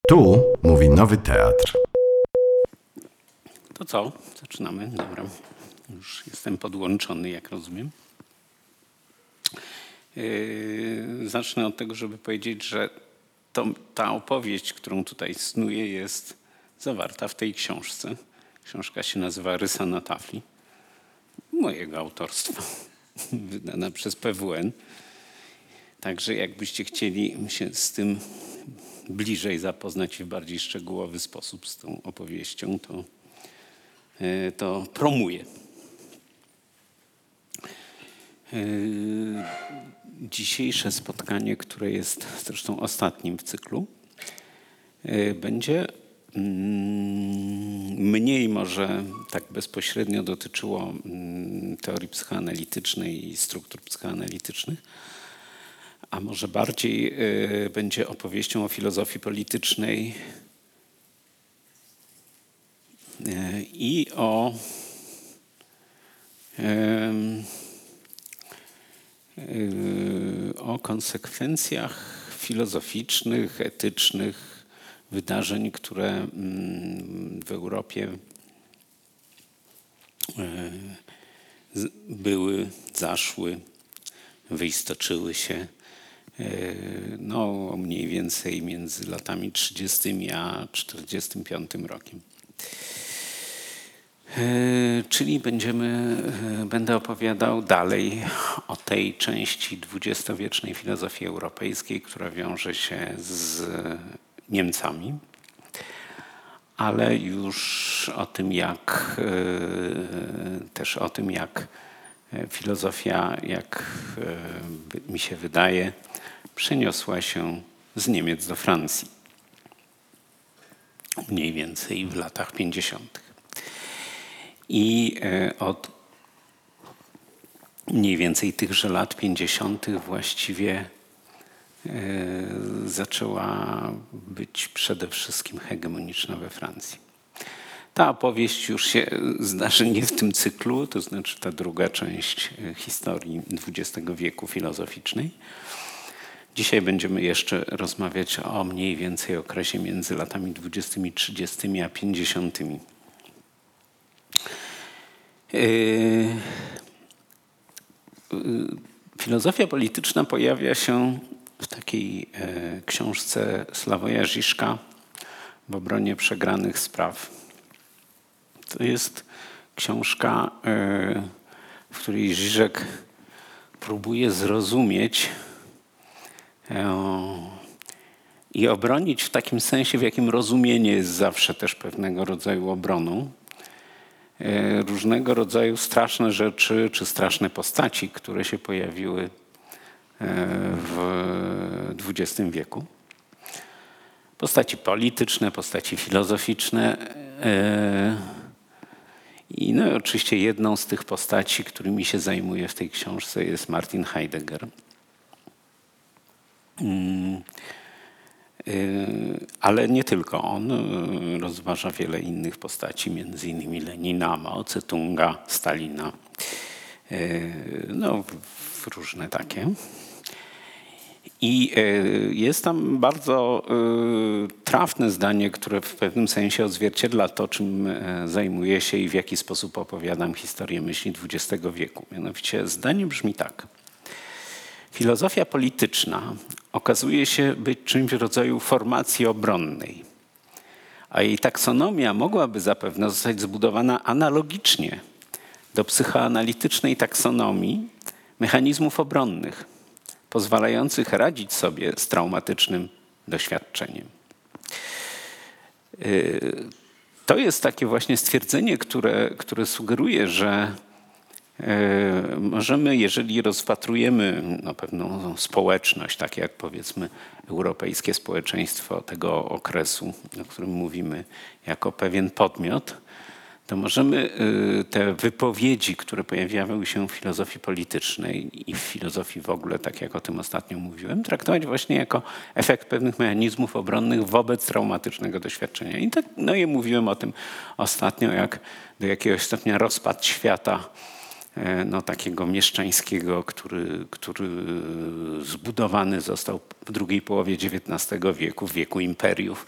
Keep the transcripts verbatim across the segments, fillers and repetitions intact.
Tu mówi Nowy Teatr. To co? Zaczynamy. Dobra. Już jestem podłączony, jak rozumiem. Yy, zacznę od tego, żeby powiedzieć, że to, ta opowieść, którą tutaj snuję, jest zawarta w tej książce. Książka się nazywa Rysa na tafli. Mojego autorstwa. Wydana przez P W N. Także jakbyście chcieli się z tym bliżej zapoznać w bardziej szczegółowy sposób z tą opowieścią, to, to promuję. Dzisiejsze spotkanie, które jest zresztą ostatnim w cyklu, będzie mniej może tak bezpośrednio dotyczyło teorii psychoanalitycznej i struktur psychoanalitycznych, a może bardziej będzie opowieścią o filozofii politycznej i o o konsekwencjach filozoficznych, etycznych wydarzeń, które w Europie były, zaszły, wyistoczyły się no, mniej więcej między latami trzydziestym a czterdziestym piątym rokiem. Czyli będziemy, będę opowiadał dalej o tej części dwudziestowiecznej filozofii europejskiej, która wiąże się z Niemcami, ale już o tym, jak też o tym, jak filozofia, jak mi się wydaje, przeniosła się z Niemiec do Francji. Mniej więcej w latach pięćdziesiątych. I od mniej więcej tychże lat pięćdziesiątych właściwie zaczęła być przede wszystkim hegemoniczna we Francji. Ta opowieść już się zdarzy nie w tym cyklu, to znaczy ta druga część historii dwudziestego wieku filozoficznej. Dzisiaj będziemy jeszcze rozmawiać o mniej więcej okresie między latami dwudziestymi, trzydziestymi a pięćdziesiątymi. Filozofia polityczna pojawia się w takiej książce Sławoja Žižka w obronie przegranych spraw. To jest książka, w której Žižek próbuje zrozumieć i obronić w takim sensie, w jakim rozumienie jest zawsze też pewnego rodzaju obroną, różnego rodzaju straszne rzeczy czy straszne postaci, które się pojawiły w dwudziestym wieku. Postaci polityczne, postaci filozoficzne. I no i oczywiście jedną z tych postaci, którymi się zajmuje w tej książce, jest Martin Heidegger. Ale nie tylko on, rozważa wiele innych postaci, między innymi Lenina, Mao Tse-tunga, Stalina, no różne takie. I jest tam bardzo trafne zdanie, które w pewnym sensie odzwierciedla to, czym zajmuję się i w jaki sposób opowiadam historię myśli dwudziestego wieku. Mianowicie zdanie brzmi tak. Filozofia polityczna okazuje się być czymś w rodzaju formacji obronnej, a jej taksonomia mogłaby zapewne zostać zbudowana analogicznie do psychoanalitycznej taksonomii mechanizmów obronnych, pozwalających radzić sobie z traumatycznym doświadczeniem. To jest takie właśnie stwierdzenie, które, które sugeruje, że możemy, jeżeli rozpatrujemy no, pewną społeczność, tak jak powiedzmy europejskie społeczeństwo tego okresu, o którym mówimy, jako pewien podmiot, to możemy te wypowiedzi, które pojawiały się w filozofii politycznej i w filozofii w ogóle, tak jak o tym ostatnio mówiłem, traktować właśnie jako efekt pewnych mechanizmów obronnych wobec traumatycznego doświadczenia. I tak, no i mówiłem o tym ostatnio, jak do jakiegoś stopnia rozpad świata no, takiego mieszczańskiego, który, który zbudowany został w drugiej połowie dziewiętnastego wieku, w wieku imperiów.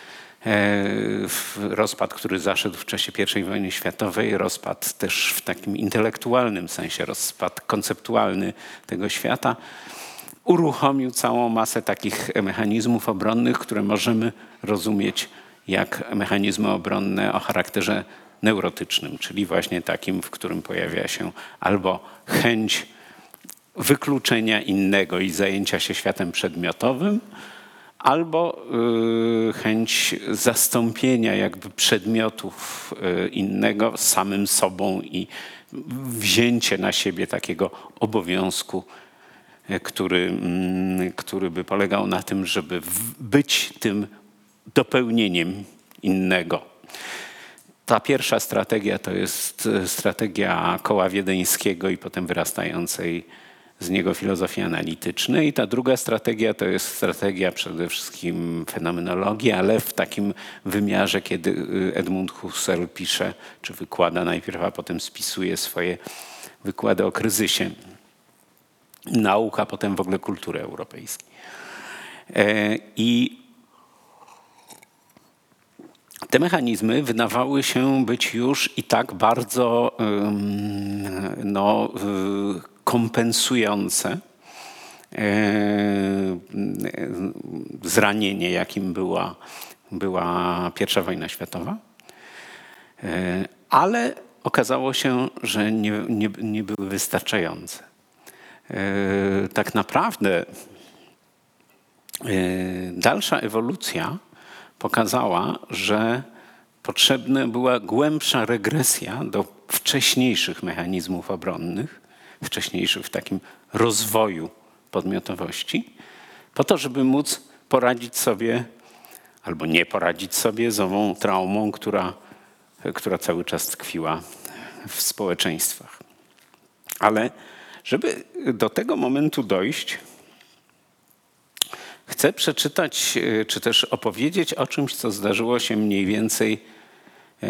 Rozpad, który zaszedł w czasie pierwszej wojny światowej, rozpad też w takim intelektualnym sensie, rozpad konceptualny tego świata, uruchomił całą masę takich mechanizmów obronnych, które możemy rozumieć jak mechanizmy obronne o charakterze neurotycznym, czyli właśnie takim, w którym pojawia się albo chęć wykluczenia innego i zajęcia się światem przedmiotowym, albo y, chęć zastąpienia jakby przedmiotów y, innego samym sobą i wzięcie na siebie takiego obowiązku, y, który, y, który by polegał na tym, żeby w, być tym dopełnieniem innego. Ta pierwsza strategia to jest strategia koła wiedeńskiego i potem wyrastającej z niego filozofii analitycznej. I ta druga strategia to jest strategia przede wszystkim fenomenologii, ale w takim wymiarze, kiedy Edmund Husserl pisze, czy wykłada najpierw, a potem spisuje swoje wykłady o kryzysie nauk, a potem w ogóle kultury europejskiej. I te mechanizmy wydawały się być już i tak bardzo no, kompensujące zranienie, jakim była, była pierwsza wojna światowa, ale okazało się, że nie, nie, nie były wystarczające. Tak naprawdę dalsza ewolucja pokazała, że potrzebna była głębsza regresja do wcześniejszych mechanizmów obronnych, wcześniejszych w takim rozwoju podmiotowości, po to, żeby móc poradzić sobie albo nie poradzić sobie z ową traumą, która, która cały czas tkwiła w społeczeństwach. Ale żeby do tego momentu dojść, chcę przeczytać, czy też opowiedzieć o czymś, co zdarzyło się mniej więcej e,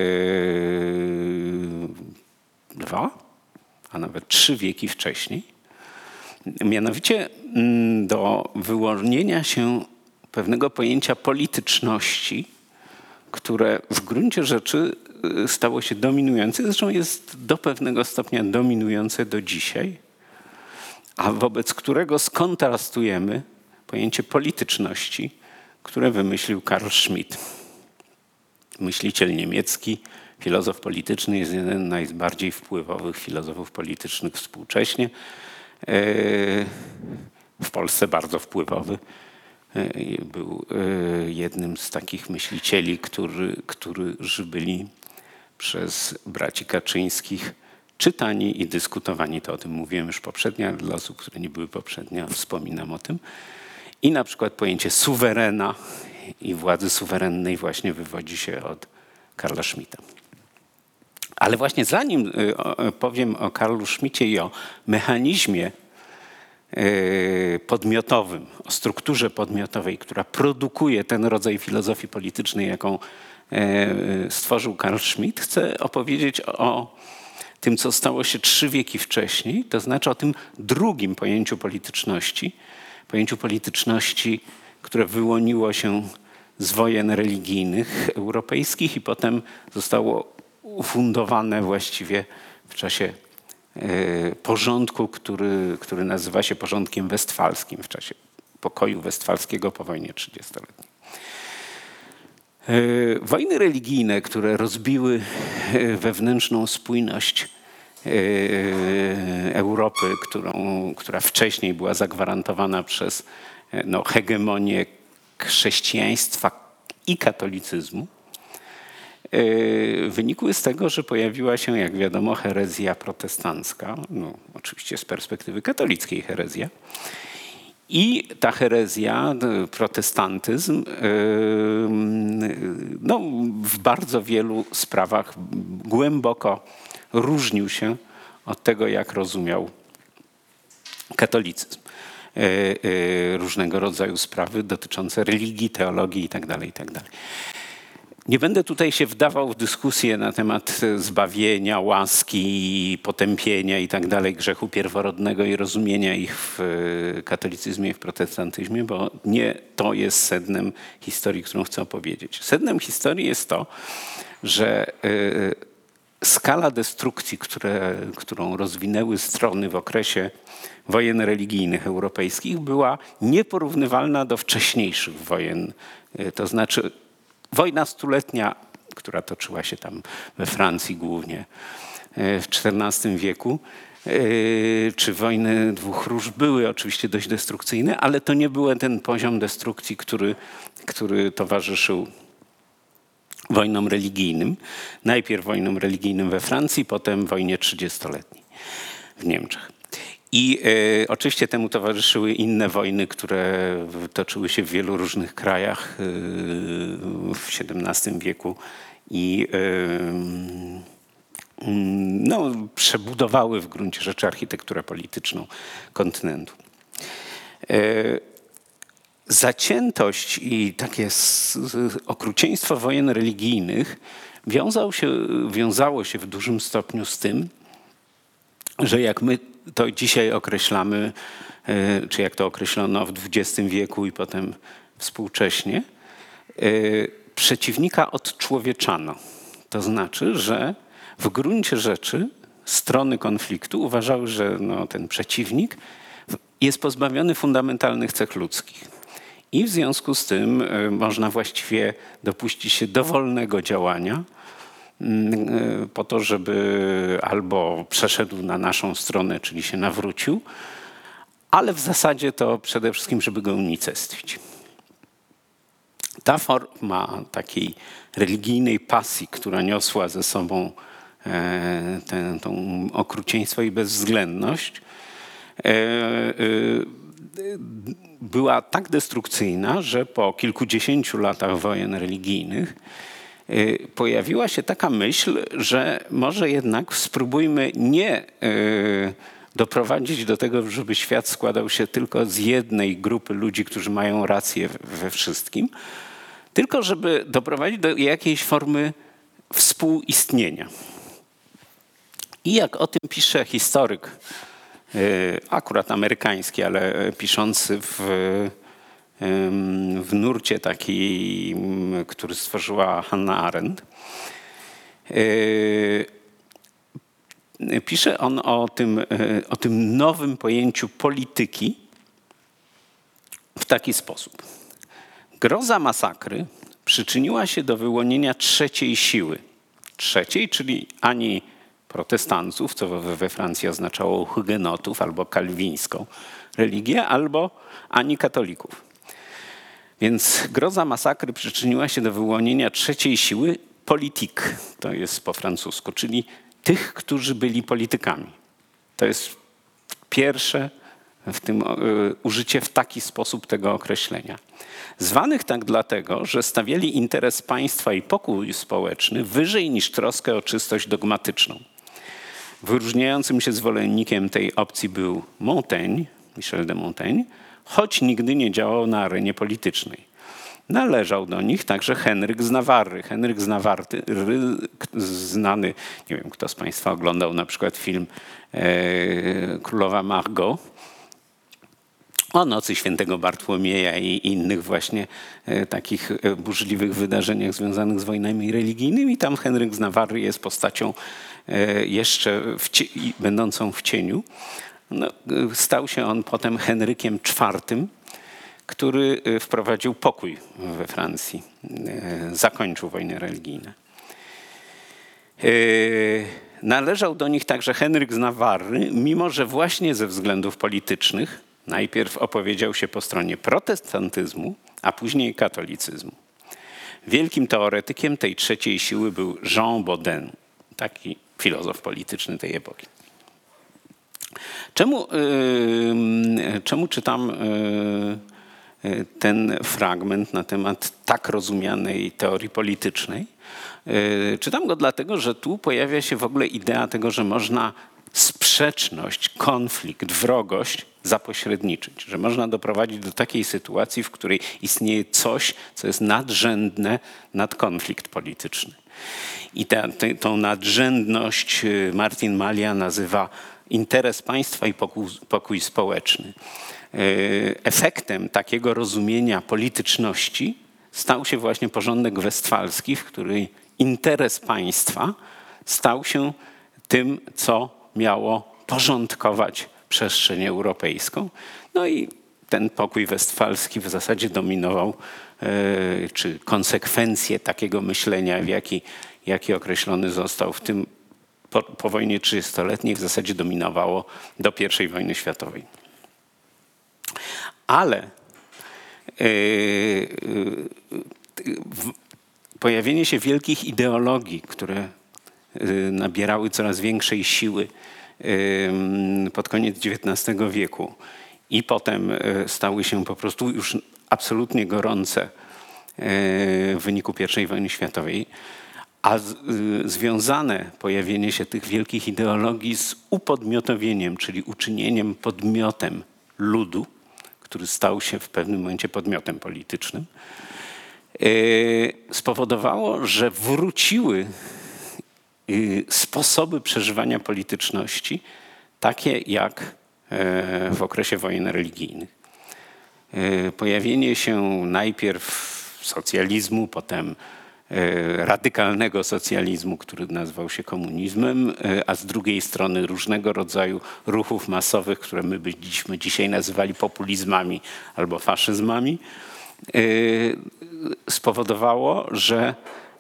dwa, a nawet trzy wieki wcześniej. Mianowicie do wyłonienia się pewnego pojęcia polityczności, które w gruncie rzeczy stało się dominujące, zresztą jest do pewnego stopnia dominujące do dzisiaj, a wobec którego skontrastujemy pojęcie polityczności, które wymyślił Karl Schmitt. Myśliciel niemiecki, filozof polityczny, jest jeden z najbardziej wpływowych filozofów politycznych współcześnie. W Polsce bardzo wpływowy. Był jednym z takich myślicieli, który, którzy byli przez braci Kaczyńskich czytani i dyskutowani. To o tym mówiłem już poprzednio, ale dla osób, które nie były poprzednio, wspominam o tym. I na przykład pojęcie suwerena i władzy suwerennej właśnie wywodzi się od Karla Schmitta. Ale właśnie zanim powiem o Karlu Schmitcie i o mechanizmie podmiotowym, o strukturze podmiotowej, która produkuje ten rodzaj filozofii politycznej, jaką stworzył Karl Schmitt, chcę opowiedzieć o tym, co stało się trzy wieki wcześniej, to znaczy o tym drugim pojęciu polityczności, pojęciu polityczności, które wyłoniło się z wojen religijnych europejskich i potem zostało ufundowane właściwie w czasie porządku, który, który nazywa się porządkiem westfalskim, w czasie pokoju westfalskiego po wojnie trzydziestoletniej. Wojny religijne, które rozbiły wewnętrzną spójność Europy, którą, która wcześniej była zagwarantowana przez no, hegemonię chrześcijaństwa i katolicyzmu, wynikły z tego, że pojawiła się, jak wiadomo, herezja protestancka, no, oczywiście z perspektywy katolickiej herezja. I ta herezja, protestantyzm, no, w bardzo wielu sprawach głęboko różnił się od tego, jak rozumiał katolicyzm. Różnego rodzaju sprawy dotyczące religii, teologii itd., itd. Nie będę tutaj się wdawał w dyskusję na temat zbawienia, łaski, potępienia i tak dalej grzechu pierworodnego i rozumienia ich w katolicyzmie i w protestantyzmie, bo nie to jest sednem historii, którą chcę opowiedzieć. Sednem historii jest to, że skala destrukcji, które, którą rozwinęły strony w okresie wojen religijnych europejskich, była nieporównywalna do wcześniejszych wojen. To znaczy wojna stuletnia, która toczyła się tam we Francji głównie w czternastym wieku, czy wojny dwóch róż były oczywiście dość destrukcyjne, ale to nie był ten poziom destrukcji, który, który towarzyszył wojnom religijnym. Najpierw wojnom religijnym we Francji, potem wojnie trzydziestoletniej w Niemczech. I e, oczywiście temu towarzyszyły inne wojny, które toczyły się w wielu różnych krajach e, w siedemnastym wieku i e, no, przebudowały w gruncie rzeczy architekturę polityczną kontynentu. E, Zaciętość i takie okrucieństwo wojen religijnych wiązał się, wiązało się w dużym stopniu z tym, że jak my to dzisiaj określamy, czy jak to określono w dwudziestym wieku i potem współcześnie, przeciwnika odczłowieczano. To znaczy, że w gruncie rzeczy strony konfliktu uważały, że no, ten przeciwnik jest pozbawiony fundamentalnych cech ludzkich. I w związku z tym można właściwie dopuścić się dowolnego działania po to, żeby albo przeszedł na naszą stronę, czyli się nawrócił, ale w zasadzie to przede wszystkim, żeby go unicestwić. Ta forma takiej religijnej pasji, która niosła ze sobą tę, tą okrucieństwo i bezwzględność, była tak destrukcyjna, że po kilkudziesięciu latach wojen religijnych pojawiła się taka myśl, że może jednak spróbujmy nie doprowadzić do tego, żeby świat składał się tylko z jednej grupy ludzi, którzy mają rację we wszystkim, tylko żeby doprowadzić do jakiejś formy współistnienia. I jak o tym pisze historyk, akurat amerykański, ale piszący w, w nurcie taki, który stworzyła Hannah Arendt. Pisze on o tym, o tym nowym pojęciu polityki w taki sposób. Groza masakry przyczyniła się do wyłonienia trzeciej siły. Trzeciej, czyli ani protestantów, co we Francji oznaczało hugenotów albo kalwińską religię, albo ani katolików. Więc groza masakry przyczyniła się do wyłonienia trzeciej siły, politik, to jest po francusku, czyli tych, którzy byli politykami. To jest pierwsze w tym użycie w taki sposób tego określenia. Zwanych tak dlatego, że stawiali interes państwa i pokój społeczny wyżej niż troskę o czystość dogmatyczną. Wyróżniającym się zwolennikiem tej opcji był Montaigne, Michel de Montaigne, choć nigdy nie działał na arenie politycznej. Należał do nich także Henryk z Nawarry. Henryk z Nawarry, znany, nie wiem, kto z Państwa oglądał na przykład film e, Królowa Margot, o nocy świętego Bartłomieja i innych właśnie e, takich e, burzliwych wydarzeniach związanych z wojnami religijnymi. Tam Henryk z Nawarry jest postacią e, jeszcze w cie, będącą w cieniu. No, stał się on potem Henrykiem czwartym, który wprowadził pokój we Francji, e, zakończył wojny religijne. E, należał do nich także Henryk z Nawarry, mimo że właśnie ze względów politycznych najpierw opowiedział się po stronie protestantyzmu, a później katolicyzmu. Wielkim teoretykiem tej trzeciej siły był Jean Bodin, taki filozof polityczny tej epoki. Czemu, yy, czemu czytam yy, ten fragment na temat tak rozumianej teorii politycznej? Yy, czytam go dlatego, że tu pojawia się w ogóle idea tego, że można sprzeczność, konflikt, wrogość zapośredniczyć. Że można doprowadzić do takiej sytuacji, w której istnieje coś, co jest nadrzędne nad konflikt polityczny. I tę tą nadrzędność Martin Malia nazywa interes państwa i pokój, pokój społeczny. Efektem takiego rozumienia polityczności stał się właśnie porządek westfalski, w którym interes państwa stał się tym, co miało porządkować przestrzeń europejską. No i ten pokój westfalski w zasadzie dominował, czy konsekwencje takiego myślenia, w jaki, jaki określony został w tym po, po wojnie trzydziestoletniej, w zasadzie dominowało do pierwszej wojny światowej. Ale pojawienie się wielkich ideologii, które nabierały coraz większej siły pod koniec dziewiętnastego wieku i potem stały się po prostu już absolutnie gorące w wyniku pierwszej wojny światowej, a z, związane pojawienie się tych wielkich ideologii z upodmiotowieniem, czyli uczynieniem podmiotem ludu, który stał się w pewnym momencie podmiotem politycznym, spowodowało, że wróciły sposoby przeżywania polityczności, takie jak w okresie wojen religijnych. Pojawienie się najpierw socjalizmu, potem radykalnego socjalizmu, który nazywał się komunizmem, a z drugiej strony różnego rodzaju ruchów masowych, które my byśmy dzisiaj nazywali populizmami albo faszyzmami, spowodowało, że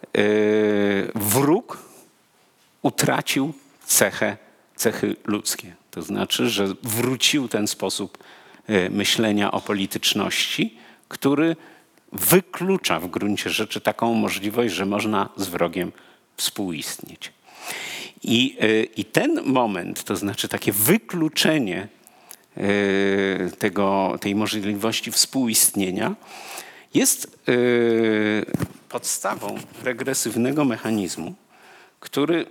wróg utracił cechę, cechy ludzkie. To znaczy, że wrócił ten sposób myślenia o polityczności, który wyklucza w gruncie rzeczy taką możliwość, że można z wrogiem współistnieć. I, i ten moment, to znaczy takie wykluczenie tego, tej możliwości współistnienia jest podstawą regresywnego mechanizmu, który,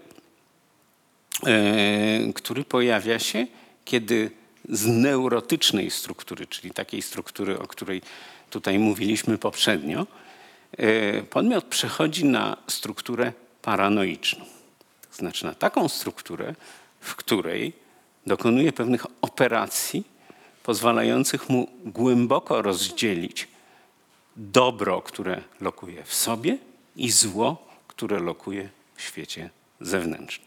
który pojawia się, kiedy z neurotycznej struktury, czyli takiej struktury, o której tutaj mówiliśmy poprzednio, podmiot przechodzi na strukturę paranoiczną. To znaczy na taką strukturę, w której dokonuje pewnych operacji pozwalających mu głęboko rozdzielić dobro, które lokuje w sobie i zło, które lokuje w świecie zewnętrznym.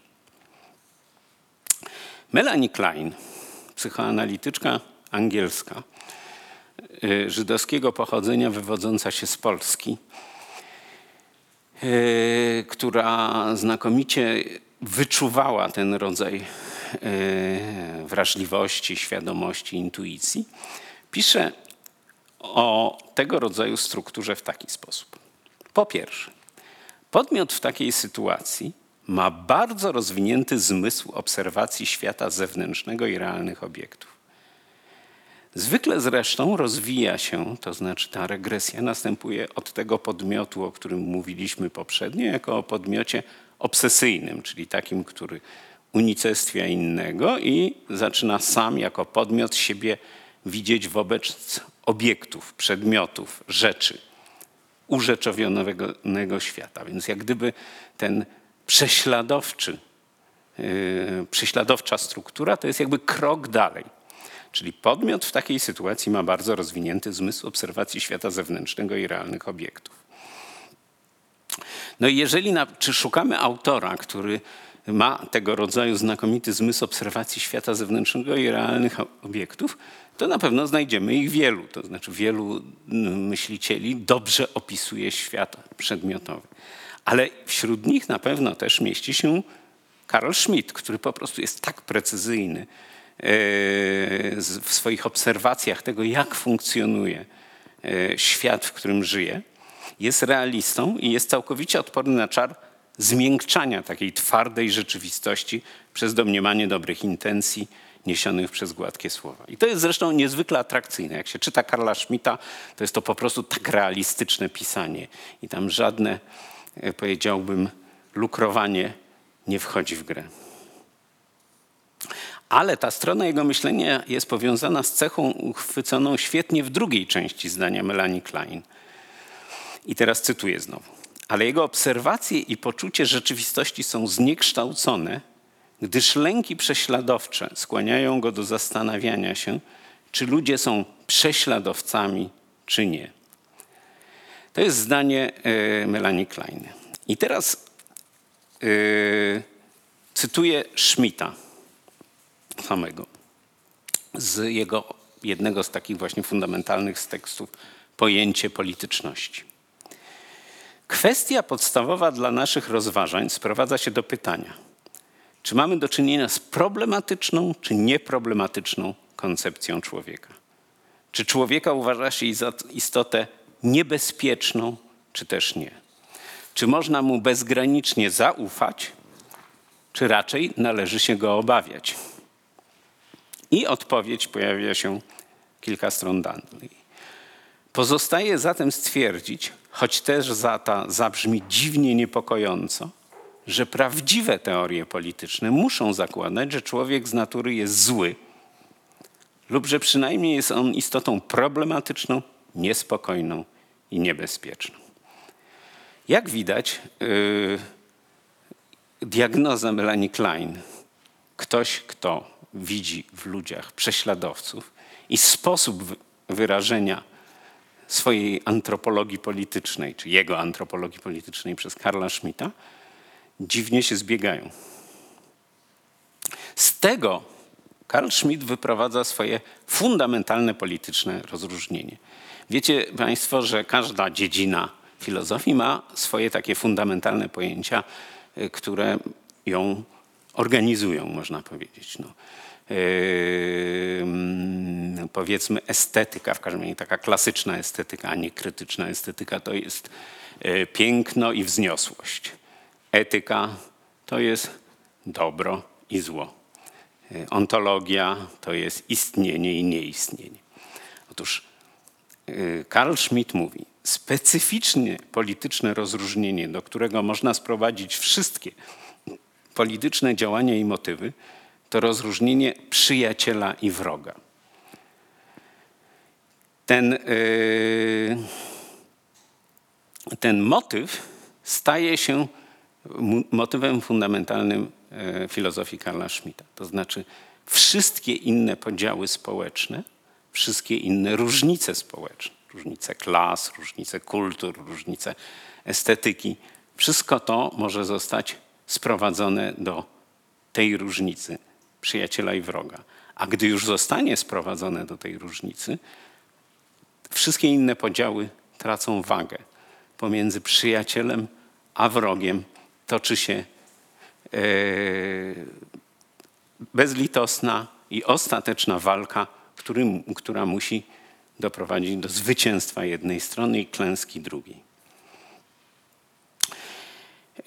Melanie Klein, psychoanalityczka angielska, żydowskiego pochodzenia, wywodząca się z Polski, która znakomicie wyczuwała ten rodzaj wrażliwości, świadomości, intuicji, pisze o tego rodzaju strukturze w taki sposób. Po pierwsze, podmiot w takiej sytuacji ma bardzo rozwinięty zmysł obserwacji świata zewnętrznego i realnych obiektów. Zwykle zresztą rozwija się, to znaczy ta regresja następuje od tego podmiotu, o którym mówiliśmy poprzednio, jako o podmiocie obsesyjnym, czyli takim, który unicestwia innego i zaczyna sam jako podmiot siebie widzieć wobec obiektów, przedmiotów, rzeczy, urzeczowionego świata. Więc jak gdyby ten prześladowczy, yy, prześladowcza struktura to jest jakby krok dalej. Czyli podmiot w takiej sytuacji ma bardzo rozwinięty zmysł obserwacji świata zewnętrznego i realnych obiektów. No i jeżeli na, czy szukamy autora, który ma tego rodzaju znakomity zmysł obserwacji świata zewnętrznego i realnych obiektów, to na pewno znajdziemy ich wielu. To znaczy wielu myślicieli dobrze opisuje świat przedmiotowy. Ale wśród nich na pewno też mieści się Carl Schmitt, który po prostu jest tak precyzyjny w swoich obserwacjach tego, jak funkcjonuje świat, w którym żyje. Jest realistą i jest całkowicie odporny na czar zmiękczania takiej twardej rzeczywistości przez domniemanie dobrych intencji niesionych przez gładkie słowa. I to jest zresztą niezwykle atrakcyjne. Jak się czyta Carla Schmitta, to jest to po prostu tak realistyczne pisanie. I tam żadne, powiedziałbym, lukrowanie nie wchodzi w grę. Ale ta strona jego myślenia jest powiązana z cechą uchwyconą świetnie w drugiej części zdania Melanie Klein. I teraz cytuję znowu. Ale jego obserwacje i poczucie rzeczywistości są zniekształcone, gdyż lęki prześladowcze skłaniają go do zastanawiania się, czy ludzie są prześladowcami, czy nie. To jest zdanie y, Melanie Klein. I teraz y, cytuję Schmidta samego z jego jednego z takich właśnie fundamentalnych z tekstów Pojęcie polityczności. Kwestia podstawowa dla naszych rozważań sprowadza się do pytania, czy mamy do czynienia z problematyczną czy nieproblematyczną koncepcją człowieka. Czy człowieka uważa się za istotę niebezpieczną, czy też nie. Czy można mu bezgranicznie zaufać, czy raczej należy się go obawiać. I odpowiedź pojawia się kilka stron dalej. Pozostaje zatem stwierdzić, choć też za ta zabrzmi dziwnie niepokojąco, że prawdziwe teorie polityczne muszą zakładać, że człowiek z natury jest zły lub że przynajmniej jest on istotą problematyczną, niespokojną i niebezpieczną. Jak widać, yy, diagnoza Melanie Klein, ktoś, kto widzi w ludziach prześladowców i sposób wyrażenia swojej antropologii politycznej, czy jego antropologii politycznej przez Karla Schmidta, dziwnie się zbiegają. Z tego Karl Schmitt wyprowadza swoje fundamentalne polityczne rozróżnienie. Wiecie państwo, że każda dziedzina filozofii ma swoje takie fundamentalne pojęcia, które ją organizują, można powiedzieć. No. Yy, powiedzmy estetyka, w każdym razie taka klasyczna estetyka, a nie krytyczna estetyka, to jest yy, piękno i wzniosłość. Etyka to jest dobro i zło. Yy, ontologia to jest istnienie i nieistnienie. Otóż yy, Karl Schmitt mówi, specyficzne polityczne rozróżnienie, do którego można sprowadzić wszystkie polityczne działania i motywy, to rozróżnienie przyjaciela i wroga. Ten, yy, ten motyw staje się motywem fundamentalnym yy, filozofii Karla Schmitta. To znaczy wszystkie inne podziały społeczne, wszystkie inne różnice społeczne, różnice klas, różnice kultur, różnice estetyki, wszystko to może zostać sprowadzone do tej różnicy przyjaciela i wroga. A gdy już zostanie sprowadzone do tej różnicy, wszystkie inne podziały tracą wagę. Pomiędzy przyjacielem a wrogiem toczy się e, bezlitosna i ostateczna walka, który, która musi doprowadzić do zwycięstwa jednej strony i klęski drugiej. E,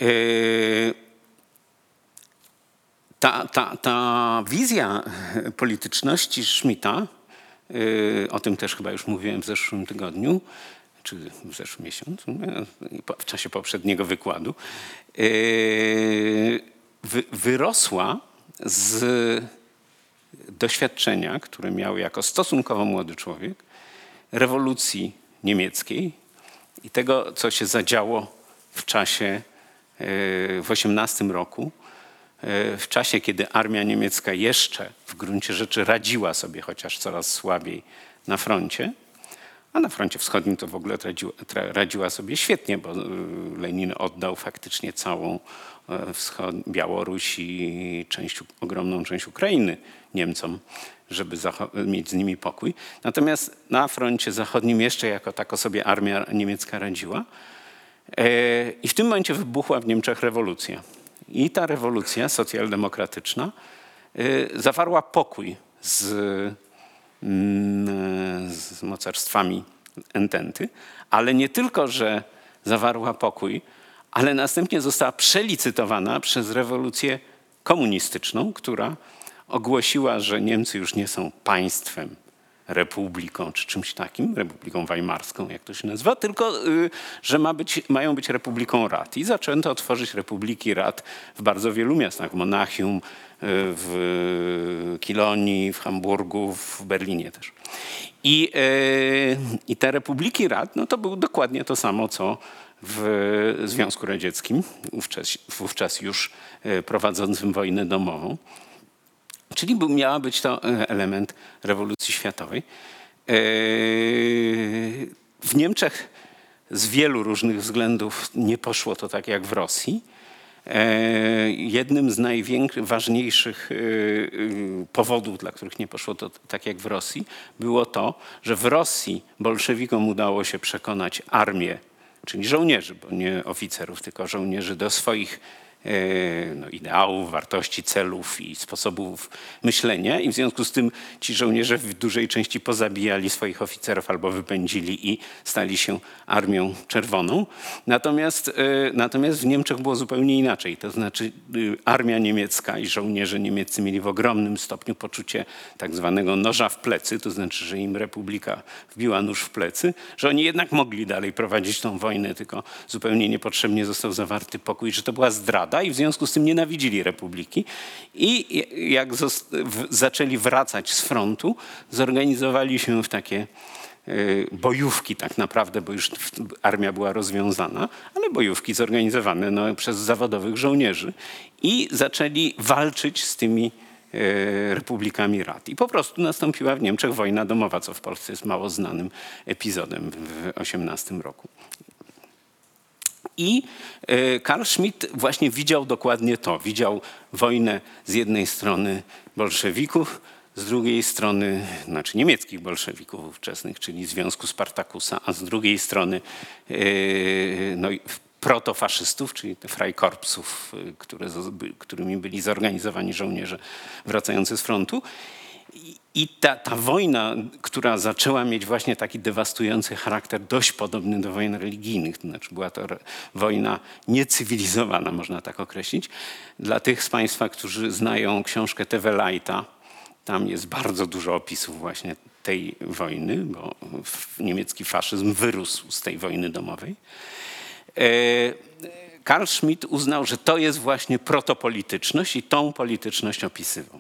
Ta, ta, ta wizja polityczności Schmidta, yy, o tym też chyba już mówiłem w zeszłym tygodniu, czy w zeszłym miesiącu, w czasie poprzedniego wykładu, yy, wy, wyrosła z doświadczenia, które miał jako stosunkowo młody człowiek, rewolucji niemieckiej i tego, co się zadziało w czasie yy, w osiemnastym roku, w czasie, kiedy armia niemiecka jeszcze w gruncie rzeczy radziła sobie, chociaż coraz słabiej na froncie, a na froncie wschodnim to w ogóle radziła, radziła sobie świetnie, bo Lenin oddał faktycznie całą wschod, Białoruś i część, ogromną część Ukrainy Niemcom, żeby mieć z nimi pokój. Natomiast na froncie zachodnim jeszcze jako tako sobie armia niemiecka radziła i w tym momencie wybuchła w Niemczech rewolucja. I ta rewolucja socjaldemokratyczna y, zawarła pokój z, y, z mocarstwami ententy, ale nie tylko, że zawarła pokój, ale następnie została przelicytowana przez rewolucję komunistyczną, która ogłosiła, że Niemcy już nie są państwem, republiką czy czymś takim, republiką weimarską, jak to się nazywa, tylko że ma być, mają być republiką rad. I zaczęto tworzyć republiki rad w bardzo wielu miastach, w Monachium, w Kilonii, w Hamburgu, w Berlinie też. I, i te republiki rad, no to było dokładnie to samo, co w Związku Radzieckim, wówczas, wówczas już prowadzącym wojnę domową. Czyli miała być to element rewolucji światowej. W Niemczech z wielu różnych względów nie poszło to tak jak w Rosji. Jednym z najważniejszych powodów, dla których nie poszło to tak jak w Rosji, było to, że w Rosji bolszewikom udało się przekonać armię, czyli żołnierzy, bo nie oficerów, tylko żołnierzy do swoich no, ideałów, wartości, celów i sposobów myślenia i w związku z tym ci żołnierze w dużej części pozabijali swoich oficerów albo wypędzili i stali się Armią Czerwoną. Natomiast, natomiast w Niemczech było zupełnie inaczej. To znaczy armia niemiecka i żołnierze niemieccy mieli w ogromnym stopniu poczucie tak zwanego noża w plecy, to znaczy, że im republika wbiła nóż w plecy, że oni jednak mogli dalej prowadzić tą wojnę, tylko zupełnie niepotrzebnie został zawarty pokój, że to była zdrada i w związku z tym nienawidzili republiki. I jak zaczęli wracać z frontu, zorganizowali się w takie bojówki tak naprawdę, bo już armia była rozwiązana, ale bojówki zorganizowane no, przez zawodowych żołnierzy i zaczęli walczyć z tymi republikami rad. I po prostu nastąpiła w Niemczech wojna domowa, co w Polsce jest mało znanym epizodem w osiemnastym roku. I Carl Schmitt właśnie widział dokładnie to. Widział wojnę z jednej strony bolszewików, z drugiej strony, znaczy niemieckich bolszewików ówczesnych, czyli Związku Spartakusa, a z drugiej strony no, protofaszystów, czyli Freikorpsów, które, którymi byli zorganizowani żołnierze wracający z frontu. I ta, ta wojna, która zaczęła mieć właśnie taki dewastujący charakter, dość podobny do wojen religijnych, to znaczy była to wojna niecywilizowana, można tak określić. Dla tych z Państwa, którzy znają książkę Tewelajta, tam jest bardzo dużo opisów właśnie tej wojny, bo niemiecki faszyzm wyrósł z tej wojny domowej. Carl Schmitt uznał, że to jest właśnie protopolityczność i tą polityczność opisywał.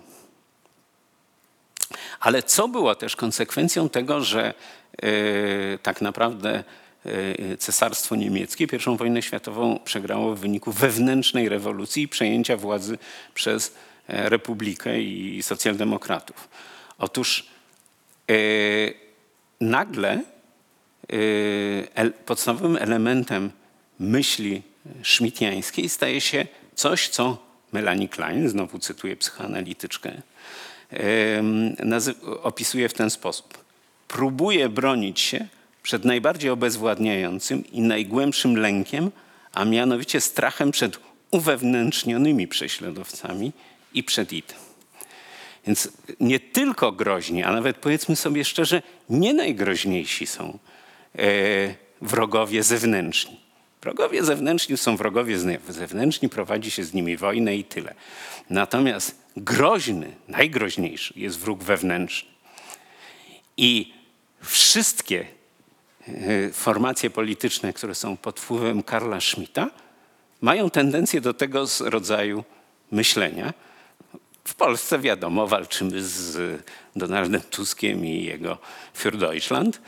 Ale co było też konsekwencją tego, że y, tak naprawdę y, Cesarstwo Niemieckie pierwszą wojnę światową przegrało w wyniku wewnętrznej rewolucji i przejęcia władzy przez Republikę i socjaldemokratów. Otóż y, nagle y, el, podstawowym elementem myśli schmittiańskiej staje się coś, co Melanie Klein, znowu cytuję psychoanalityczkę, opisuje w ten sposób. Próbuje bronić się przed najbardziej obezwładniającym i najgłębszym lękiem, a mianowicie strachem przed uwewnętrznionymi prześladowcami i przed I T. Więc nie tylko groźni, a nawet powiedzmy sobie szczerze, nie najgroźniejsi są wrogowie zewnętrzni. Wrogowie zewnętrzni są wrogowie zewnętrzni, prowadzi się z nimi wojnę i tyle. Natomiast groźny, najgroźniejszy jest wróg wewnętrzny. I wszystkie formacje polityczne, które są pod wpływem Carla Schmitta, mają tendencję do tego rodzaju myślenia. W Polsce wiadomo, walczymy z Donaldem Tuskiem i jego Für Deutschland.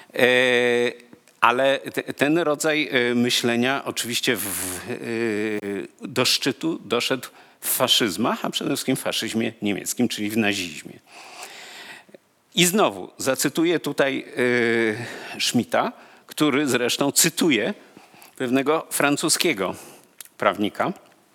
Ale ten rodzaj myślenia oczywiście w, do szczytu doszedł w faszyzmach, a przede wszystkim w faszyzmie niemieckim, czyli w nazizmie. I znowu zacytuję tutaj Schmitta, który zresztą cytuje pewnego francuskiego prawnika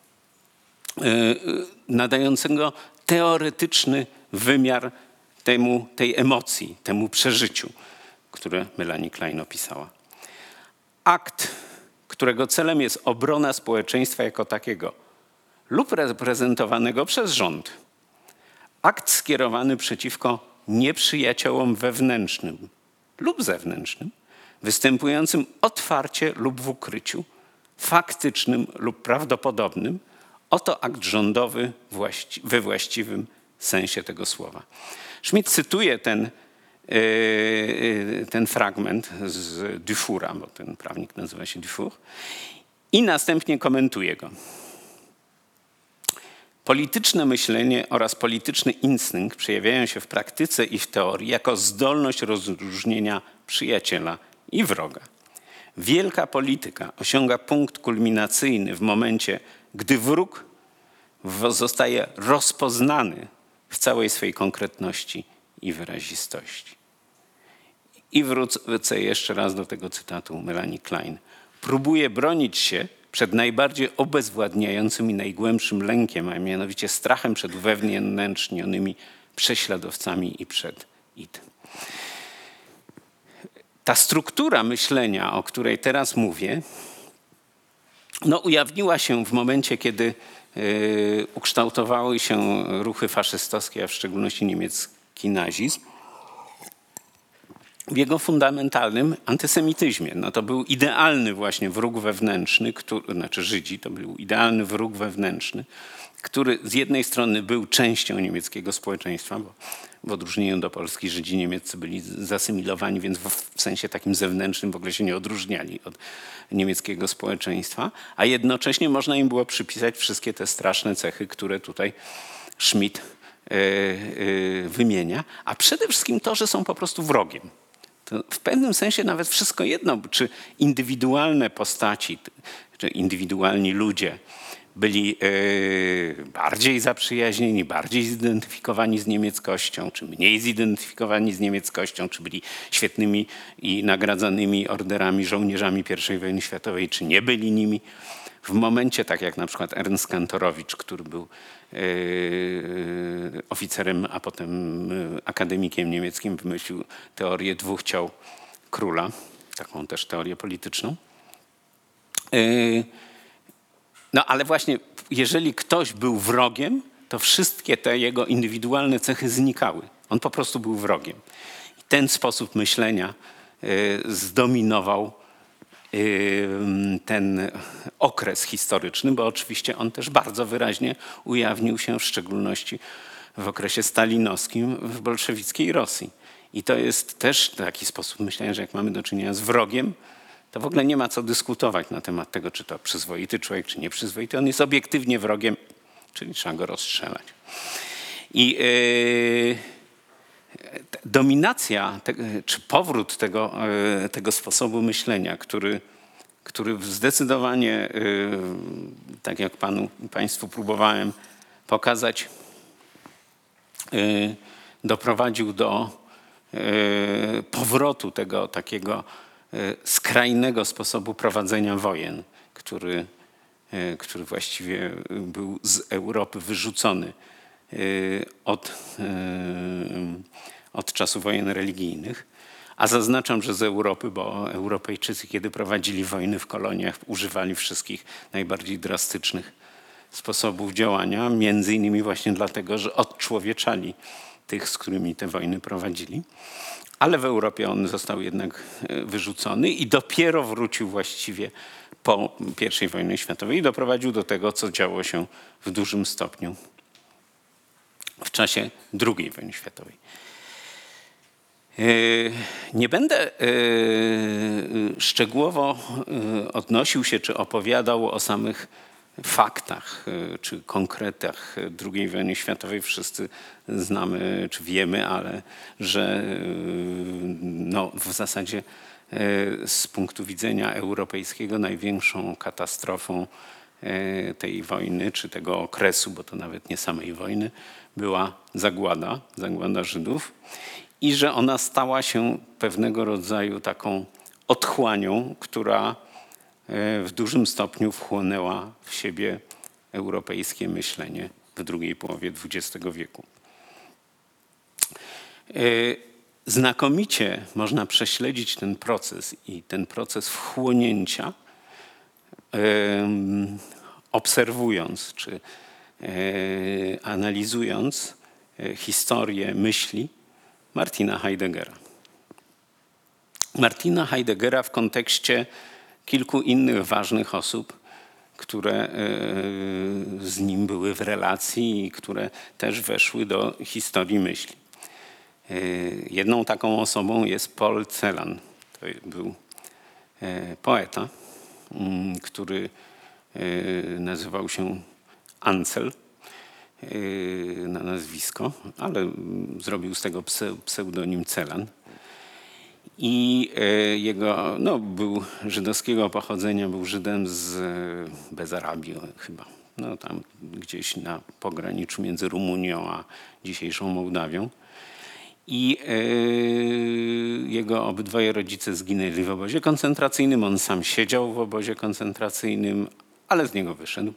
nadającego teoretyczny wymiar temu, tej emocji, temu przeżyciu, które Melanie Klein opisała. Akt, którego celem jest obrona społeczeństwa jako takiego lub reprezentowanego przez rząd. Akt skierowany przeciwko nieprzyjaciołom wewnętrznym lub zewnętrznym, występującym otwarcie lub w ukryciu, faktycznym lub prawdopodobnym. Oto akt rządowy we właściwym sensie tego słowa. Schmitt cytuje ten ten fragment z Dufoura, bo ten prawnik nazywa się Dufour, i następnie komentuje go. Polityczne myślenie oraz polityczny instynkt przejawiają się w praktyce i w teorii jako zdolność rozróżnienia przyjaciela i wroga. Wielka polityka osiąga punkt kulminacyjny w momencie, gdy wróg zostaje rozpoznany w całej swej konkretności i wyrazistości. I wrócę jeszcze raz do tego cytatu Melanie Klein. Próbuje bronić się przed najbardziej obezwładniającym i najgłębszym lękiem, a mianowicie strachem przed wewnętrznionymi prześladowcami i przed id. Ta struktura myślenia, o której teraz mówię, no, ujawniła się w momencie, kiedy yy, ukształtowały się ruchy faszystowskie, a w szczególności niemiecki nazizm, w jego fundamentalnym antysemityzmie. No to był idealny właśnie wróg wewnętrzny, który, znaczy Żydzi, to był idealny wróg wewnętrzny, który z jednej strony był częścią niemieckiego społeczeństwa, bo w odróżnieniu do Polski Żydzi niemieccy byli zasymilowani, więc w, w sensie takim zewnętrznym w ogóle się nie odróżniali od niemieckiego społeczeństwa, a jednocześnie można im było przypisać wszystkie te straszne cechy, które tutaj Schmitt yy, yy, wymienia, a przede wszystkim to, że są po prostu wrogiem. To w pewnym sensie nawet wszystko jedno, czy indywidualne postaci, czy indywidualni ludzie byli yy, bardziej zaprzyjaźnieni, bardziej zidentyfikowani z niemieckością, czy mniej zidentyfikowani z niemieckością, czy byli świetnymi i nagradzanymi orderami żołnierzami pierwszej wojny światowej, czy nie byli nimi. W momencie, tak jak na przykład Ernst Kantorowicz, który był yy, oficerem, a potem yy, akademikiem niemieckim, wymyślił teorię dwóch ciał króla, taką też teorię polityczną. Yy, no ale właśnie, jeżeli ktoś był wrogiem, to wszystkie te jego indywidualne cechy znikały. On po prostu był wrogiem. I ten sposób myślenia yy, zdominował ten okres historyczny, bo oczywiście on też bardzo wyraźnie ujawnił się w szczególności w okresie stalinowskim w bolszewickiej Rosji. I to jest też taki sposób myślenia, że jak mamy do czynienia z wrogiem, to w ogóle nie ma co dyskutować na temat tego, czy to przyzwoity człowiek, czy nieprzyzwoity. On jest obiektywnie wrogiem, czyli trzeba go rozstrzelać. I yy, dominacja, te, czy powrót tego, tego sposobu myślenia, który, który zdecydowanie, tak jak panu, państwu próbowałem pokazać, doprowadził do powrotu tego takiego skrajnego sposobu prowadzenia wojen, który, który właściwie był z Europy wyrzucony od, od czasu wojen religijnych. A zaznaczam, że z Europy, bo Europejczycy, kiedy prowadzili wojny w koloniach, używali wszystkich najbardziej drastycznych sposobów działania, między innymi właśnie dlatego, że odczłowieczali tych, z którymi te wojny prowadzili. Ale w Europie on został jednak wyrzucony i dopiero wrócił właściwie po pierwszej wojnie światowej i doprowadził do tego, co działo się w dużym stopniu w czasie drugiej wojny światowej. Nie będę szczegółowo odnosił się czy opowiadał o samych faktach czy konkretach drugiej wojny światowej. Wszyscy znamy czy wiemy, ale że no, w zasadzie z punktu widzenia europejskiego największą katastrofą tej wojny czy tego okresu, bo to nawet nie samej wojny, była zagłada, zagłada Żydów. I że ona stała się pewnego rodzaju taką otchłanią, która w dużym stopniu wchłonęła w siebie europejskie myślenie w drugiej połowie dwudziestego wieku. Znakomicie można prześledzić ten proces i ten proces wchłonięcia, obserwując czy analizując historię myśli Martina Heideggera. Martina Heideggera w kontekście kilku innych ważnych osób, które z nim były w relacji i które też weszły do historii myśli. Jedną taką osobą jest Paul Celan. To był poeta, który nazywał się Ancel na nazwisko, ale zrobił z tego pseudonim Celan. I jego, no, był żydowskiego pochodzenia, był Żydem z Bezarabii chyba. No, tam gdzieś na pograniczu między Rumunią a dzisiejszą Mołdawią. I jego obydwoje rodzice zginęli w obozie koncentracyjnym. On sam siedział w obozie koncentracyjnym, ale z niego wyszedł.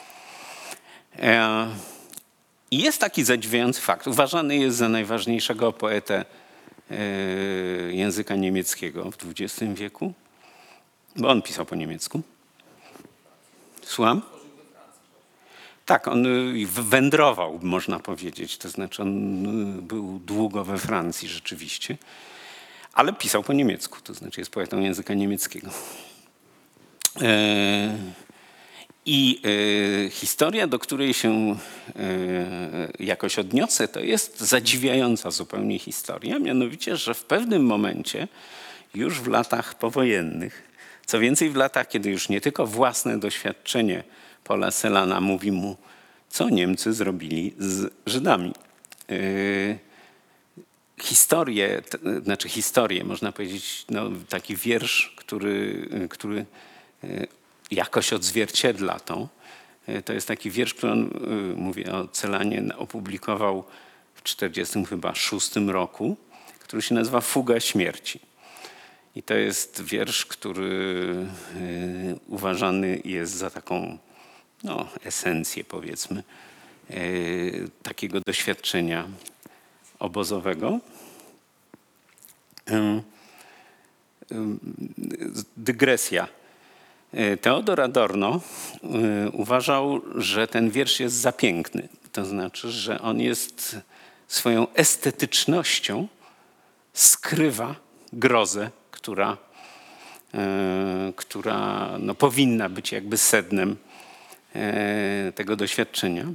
I jest taki zadziwiający fakt. Uważany jest za najważniejszego poetę języka niemieckiego w dwudziestym wieku, bo on pisał po niemiecku. Słucham? Tak, on wędrował, można powiedzieć. To znaczy on był długo we Francji rzeczywiście, ale pisał po niemiecku. To znaczy jest poetą języka niemieckiego. I historia, do której się jakoś odniosę, to jest zadziwiająca zupełnie historia. Mianowicie, że w pewnym momencie, już w latach powojennych, co więcej w latach, kiedy już nie tylko własne doświadczenie Paula Celana mówi mu, co Niemcy zrobili z Żydami. Yy, historię, t, znaczy historię, można powiedzieć, no, taki wiersz, który, który yy, jakoś odzwierciedla to. Yy, to jest taki wiersz, który on, yy, mówię o Celanie, opublikował w czterdziestym chyba szóstym roku, który się nazywa Fuga śmierci. I to jest wiersz, który yy, uważany jest za taką no, esencję, powiedzmy, yy, takiego doświadczenia obozowego. Yy, yy, dygresja. Teodor Adorno yy, uważał, że ten wiersz jest za piękny. To znaczy, że on jest swoją estetycznością skrywa grozę, która, yy, która no, powinna być jakby sednem tego doświadczenia.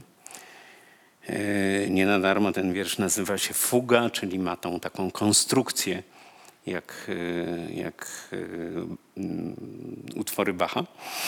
Nie na darmo ten wiersz nazywa się Fuga, czyli ma tą taką konstrukcję jak, jak utwory Bacha.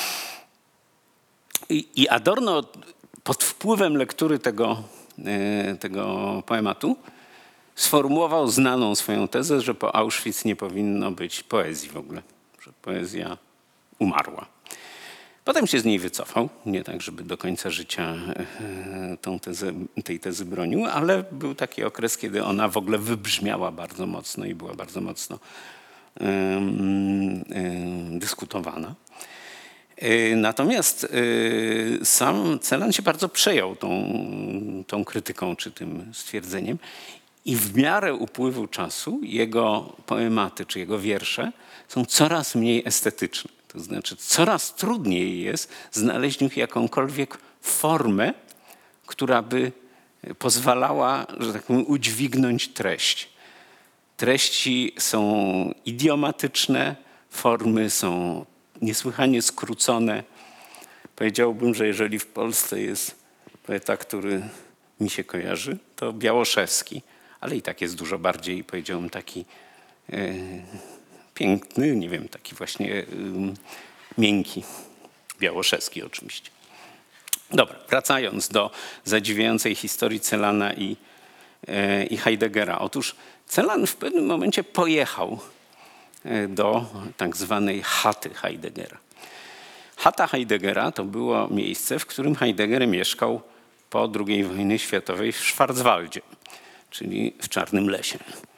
I, i Adorno pod wpływem lektury tego, tego poematu sformułował znaną swoją tezę, że po Auschwitz nie powinno być poezji w ogóle, że poezja umarła. Potem się z niej wycofał, nie tak, żeby do końca życia tą tezę, tej tezy bronił, ale był taki okres, kiedy ona w ogóle wybrzmiała bardzo mocno i była bardzo mocno um, um, dyskutowana. Natomiast sam Celan się bardzo przejął tą, tą krytyką czy tym stwierdzeniem i w miarę upływu czasu jego poematy czy jego wiersze są coraz mniej estetyczne. To znaczy coraz trudniej jest znaleźć w nich jakąkolwiek formę, która by pozwalała, że tak powiem, udźwignąć treść. Treści są idiomatyczne, formy są niesłychanie skrócone. Powiedziałbym, że jeżeli w Polsce jest poeta, który mi się kojarzy, to Białoszewski, ale i tak jest dużo bardziej, powiedziałbym, taki e, piękny, nie wiem, taki właśnie e, miękki. Białoszewski oczywiście. Dobra, wracając do zadziwiającej historii Celana i, e, i Heideggera. Otóż Celan w pewnym momencie pojechał do tak zwanej chaty Heideggera. Chata Heideggera to było miejsce, w którym Heidegger mieszkał po drugiej wojnie światowej w Schwarzwaldzie, czyli w Czarnym Lesie.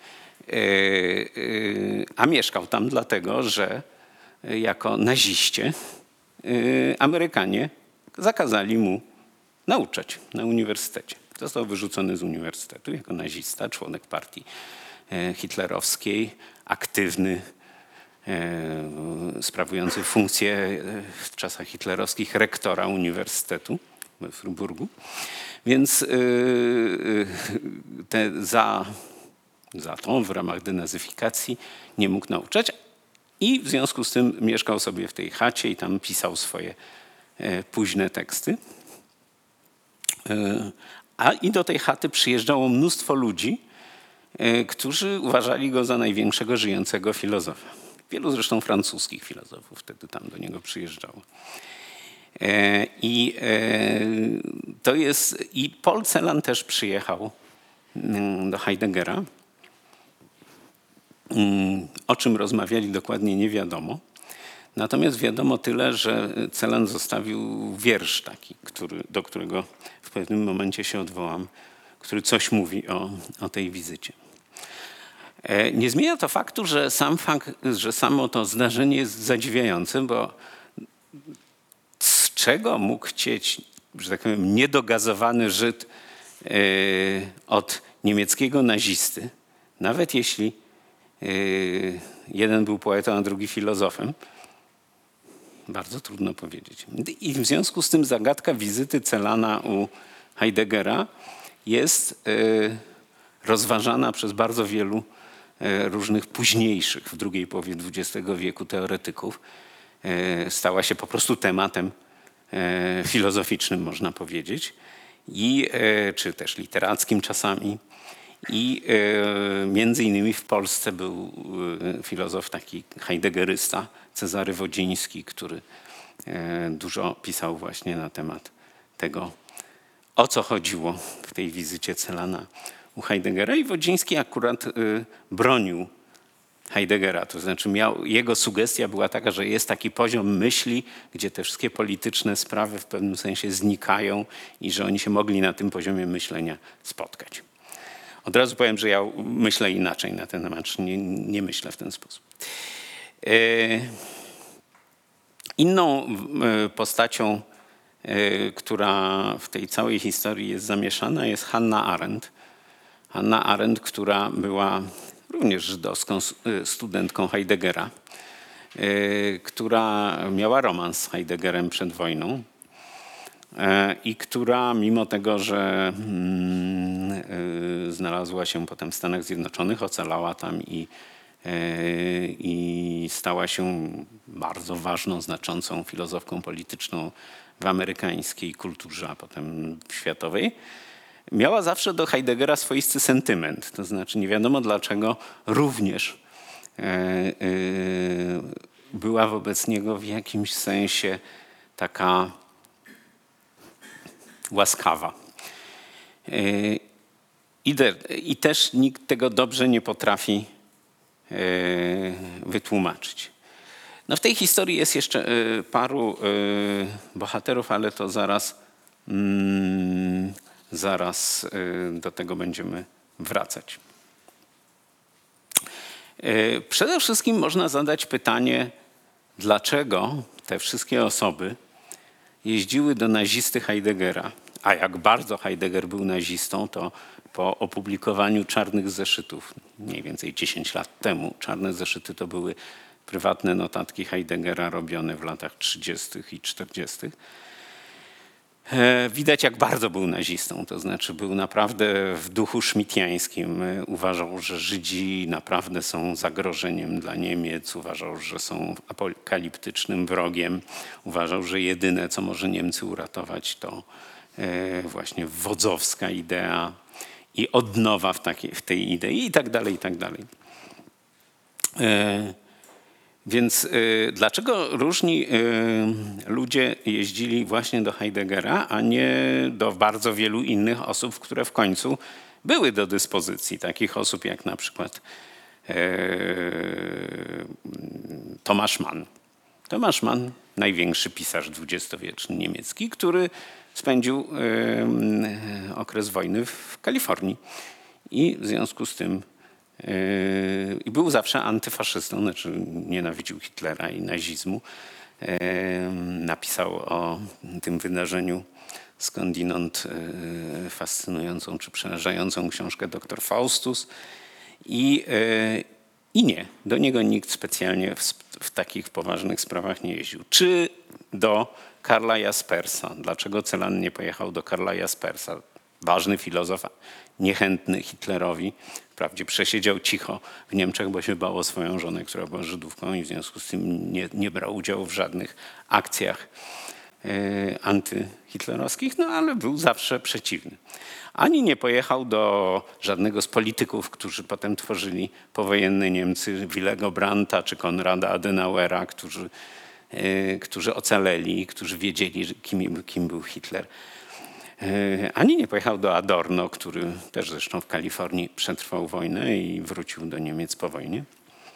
A mieszkał tam dlatego, że jako naziście Amerykanie zakazali mu nauczać na uniwersytecie. Został wyrzucony z uniwersytetu jako nazista, członek partii hitlerowskiej, aktywny, sprawujący funkcję w czasach hitlerowskich rektora uniwersytetu we Fryburgu. Więc te za, za to w ramach denazyfikacji nie mógł nauczać i w związku z tym mieszkał sobie w tej chacie i tam pisał swoje późne teksty. A i do tej chaty przyjeżdżało mnóstwo ludzi, którzy uważali go za największego żyjącego filozofa. Wielu zresztą francuskich filozofów wtedy tam do niego przyjeżdżało. I to jest, i Paul Celan też przyjechał do Heideggera. O czym rozmawiali dokładnie nie wiadomo. Natomiast wiadomo tyle, że Celan zostawił wiersz taki, który, do którego w pewnym momencie się odwołam, który coś mówi o, o tej wizycie. Nie zmienia to faktu, że sam fakt, że samo to zdarzenie jest zadziwiające, bo z czego mógł chcieć, że tak powiem, niedogazowany Żyd od niemieckiego nazisty, nawet jeśli jeden był poetą, a drugi filozofem, bardzo trudno powiedzieć. I w związku z tym zagadka wizyty Celana u Heideggera jest rozważana przez bardzo wielu różnych późniejszych w drugiej połowie dwudziestego wieku teoretyków. Stała się po prostu tematem filozoficznym, można powiedzieć, i, czy też literackim czasami. I między innymi w Polsce był filozof taki heideggerysta, Cezary Wodziński, który dużo pisał właśnie na temat tego, o co chodziło w tej wizycie Celana u Heideggera. I Wodziński akurat bronił Heideggera, to znaczy miał, jego sugestia była taka, że jest taki poziom myśli, gdzie te wszystkie polityczne sprawy w pewnym sensie znikają i że oni się mogli na tym poziomie myślenia spotkać. Od razu powiem, że ja myślę inaczej na ten temat, nie, nie myślę w ten sposób. Inną postacią, która w tej całej historii jest zamieszana, jest Hannah Arendt. Hannah Arendt, która była również żydowską studentką Heideggera, która miała romans z Heideggerem przed wojną i która mimo tego, że znalazła się potem w Stanach Zjednoczonych, ocalała tam i, i stała się bardzo ważną, znaczącą filozofką polityczną w amerykańskiej kulturze, a potem światowej, miała zawsze do Heideggera swoisty sentyment. To znaczy nie wiadomo dlaczego również była wobec niego w jakimś sensie taka łaskawa. I, de, I też nikt tego dobrze nie potrafi wytłumaczyć. No w tej historii jest jeszcze paru bohaterów, ale to zaraz, mm, zaraz do tego będziemy wracać. Przede wszystkim można zadać pytanie, dlaczego te wszystkie osoby jeździły do nazisty Heideggera, a jak bardzo Heidegger był nazistą, to po opublikowaniu Czarnych Zeszytów, mniej więcej dziesięć lat temu, Czarne Zeszyty to były prywatne notatki Heideggera robione w latach trzydziestych i czterdziestych. Widać, jak bardzo był nazistą, to znaczy był naprawdę w duchu szmitiańskim. Uważał, że Żydzi naprawdę są zagrożeniem dla Niemiec, uważał, że są apokaliptycznym wrogiem, uważał, że jedyne, co może Niemcy uratować, to właśnie wodzowska idea i odnowa w, takiej, w tej idei i tak dalej, i tak dalej. Więc y, dlaczego różni y, ludzie jeździli właśnie do Heideggera, a nie do bardzo wielu innych osób, które w końcu były do dyspozycji? Takich osób jak na przykład y, Thomas Mann. Thomas Mann, największy pisarz dwudziestowieczny niemiecki, który spędził y, okres wojny w Kalifornii i w związku z tym i był zawsze antyfaszystą, znaczy nienawidził Hitlera i nazizmu. Napisał o tym wydarzeniu skądinąd fascynującą czy przerażającą książkę Doktor Faustus. I, i nie, do niego nikt specjalnie w, w takich poważnych sprawach nie jeździł. Czy do Karla Jaspersa. Dlaczego Celan nie pojechał do Karla Jaspersa? Ważny filozof, niechętny Hitlerowi. Wprawdzie przesiedział cicho w Niemczech, bo się bał o swoją żonę, która była Żydówką i w związku z tym nie, nie brał udziału w żadnych akcjach antyhitlerowskich, no ale był zawsze przeciwny. Ani nie pojechał do żadnego z polityków, którzy potem tworzyli powojenne Niemcy, Willego Brandta czy Konrada Adenauera, którzy, którzy ocaleli, którzy wiedzieli, kim, kim był Hitler. Ani nie pojechał do Adorno, który też zresztą w Kalifornii przetrwał wojnę i wrócił do Niemiec po wojnie.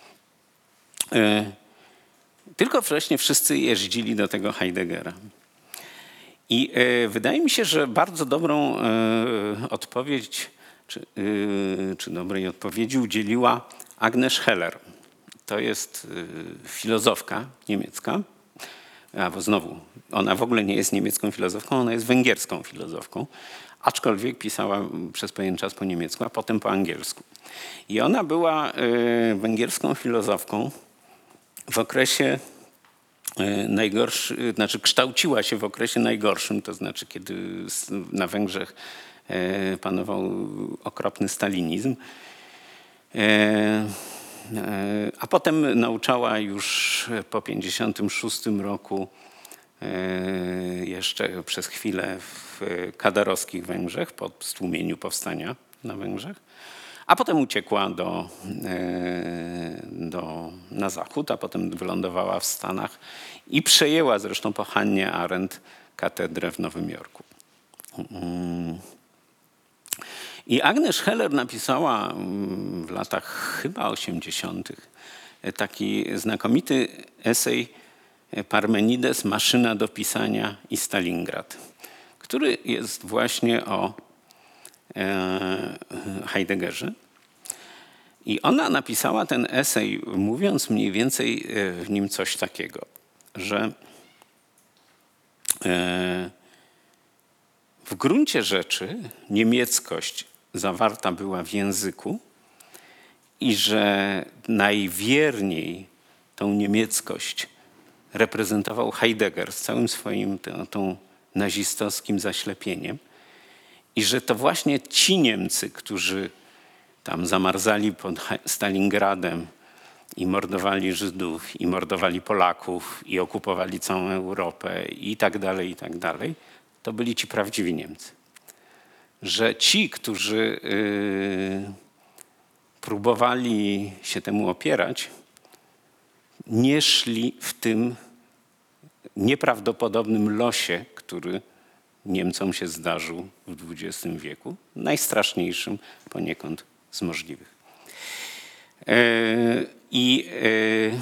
Tylko wcześniej wszyscy jeździli do tego Heideggera. I wydaje mi się, że bardzo dobrą odpowiedź, czy, czy dobrej odpowiedzi udzieliła Agnes Heller. To jest filozofka niemiecka. A bo znowu, ona w ogóle nie jest niemiecką filozofką, ona jest węgierską filozofką, aczkolwiek pisała przez pewien czas po niemiecku, a potem po angielsku. I ona była węgierską filozofką w okresie najgorszym, znaczy kształciła się w okresie najgorszym, to znaczy kiedy na Węgrzech panował okropny stalinizm. A potem nauczała już po pięćdziesiątym szóstym roku jeszcze przez chwilę w kadarowskich Węgrzech po stłumieniu powstania na Węgrzech. A potem uciekła do, do, na zachód, a potem wylądowała w Stanach i przejęła zresztą po Hannah Arendt katedrę w Nowym Jorku. I Agnes Heller napisała w latach chyba osiemdziesiątych taki znakomity esej Parmenides, Maszyna do pisania i Stalingrad, który jest właśnie o Heideggerze. I ona napisała ten esej, mówiąc mniej więcej w nim coś takiego, że w gruncie rzeczy niemieckość zawarta była w języku i że najwierniej tą niemieckość reprezentował Heidegger z całym swoim tą, tą nazistowskim zaślepieniem i że to właśnie ci Niemcy, którzy tam zamarzali pod Stalingradem i mordowali Żydów, i mordowali Polaków, i okupowali całą Europę i tak dalej, i tak dalej, to byli ci prawdziwi Niemcy. Że ci, którzy yy, próbowali się temu opierać, nie szli w tym nieprawdopodobnym losie, który Niemcom się zdarzył w dwudziestym wieku, najstraszniejszym poniekąd z możliwych. Yy, I yy,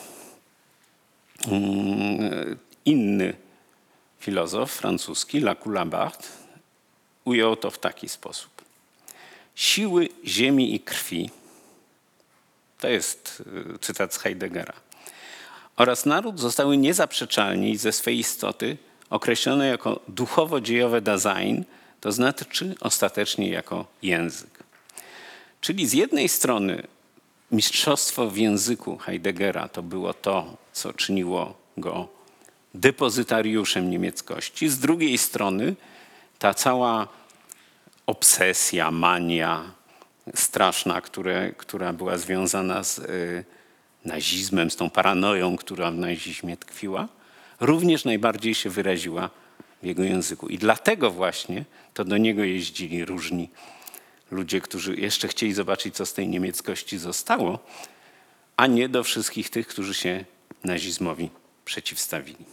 yy, inny filozof francuski, Lacoue-Labarthe, ujął to w taki sposób. Siły ziemi i krwi, to jest cytat z Heideggera, oraz naród zostały niezaprzeczalnie ze swej istoty określone jako duchowo-dziejowe Dasein, to znaczy ostatecznie jako język. Czyli z jednej strony mistrzostwo w języku Heideggera to było to, co czyniło go depozytariuszem niemieckości. Z drugiej strony ta cała obsesja, mania straszna, które, która była związana z y, nazizmem, z tą paranoją, która w nazizmie tkwiła, również najbardziej się wyraziła w jego języku. I dlatego właśnie to do niego jeździli różni ludzie, którzy jeszcze chcieli zobaczyć, co z tej niemieckości zostało, a nie do wszystkich tych, którzy się nazizmowi przeciwstawili.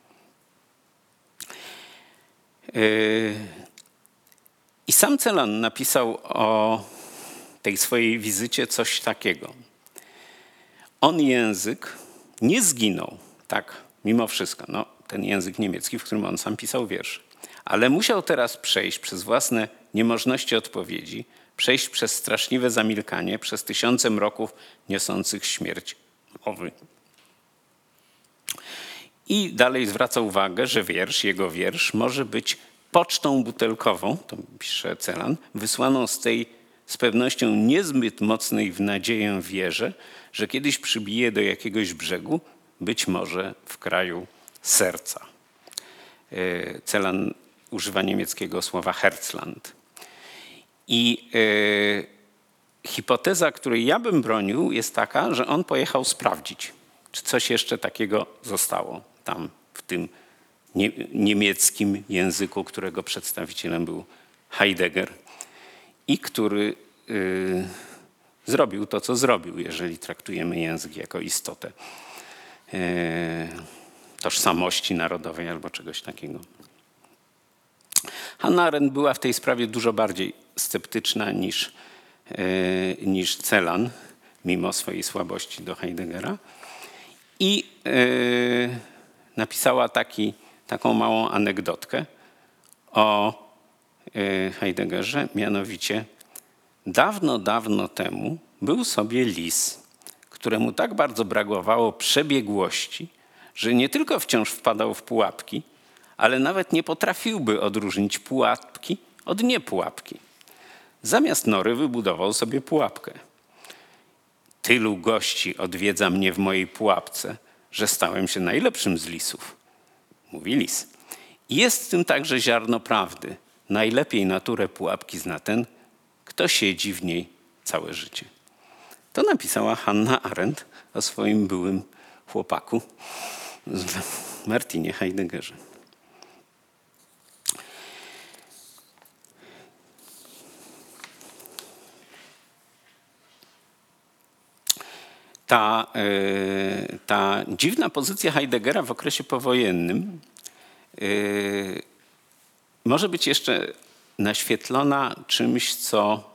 I sam Celan napisał o tej swojej wizycie coś takiego. On język nie zginął, tak, mimo wszystko, no, ten język niemiecki, w którym on sam pisał wiersze, ale musiał teraz przejść przez własne niemożności odpowiedzi, przejść przez straszliwe zamilkanie, przez tysiące mroków niosących śmierć mowy. I dalej zwraca uwagę, że wiersz, jego wiersz może być pocztą butelkową, to pisze Celan, wysłaną z tej z pewnością niezbyt mocnej w nadzieję wierze, że kiedyś przybije do jakiegoś brzegu, być może w kraju serca. Celan używa niemieckiego słowa Herzland. I e, hipoteza, której ja bym bronił, jest taka, że on pojechał sprawdzić, czy coś jeszcze takiego zostało tam w tym nie, niemieckim języku, którego przedstawicielem był Heidegger i który y, zrobił to, co zrobił, jeżeli traktujemy język jako istotę y, tożsamości narodowej albo czegoś takiego. Hannah Arendt była w tej sprawie dużo bardziej sceptyczna niż, y, niż Celan, mimo swojej słabości do Heideggera. I y, napisała taki, taką małą anegdotkę o y, Heideggerze, mianowicie dawno, dawno temu był sobie lis, któremu tak bardzo brakowało przebiegłości, że nie tylko wciąż wpadał w pułapki, ale nawet nie potrafiłby odróżnić pułapki od niepułapki. Zamiast nory wybudował sobie pułapkę. Tylu gości odwiedza mnie w mojej pułapce, że stałem się najlepszym z lisów, mówi lis. I jest w tym także ziarno prawdy. Najlepiej naturę pułapki zna ten, kto siedzi w niej całe życie. To napisała Hannah Arendt o swoim byłym chłopaku, Martinie Heideggerze. Ta, y, ta dziwna pozycja Heideggera w okresie powojennym y, może być jeszcze naświetlona czymś, co,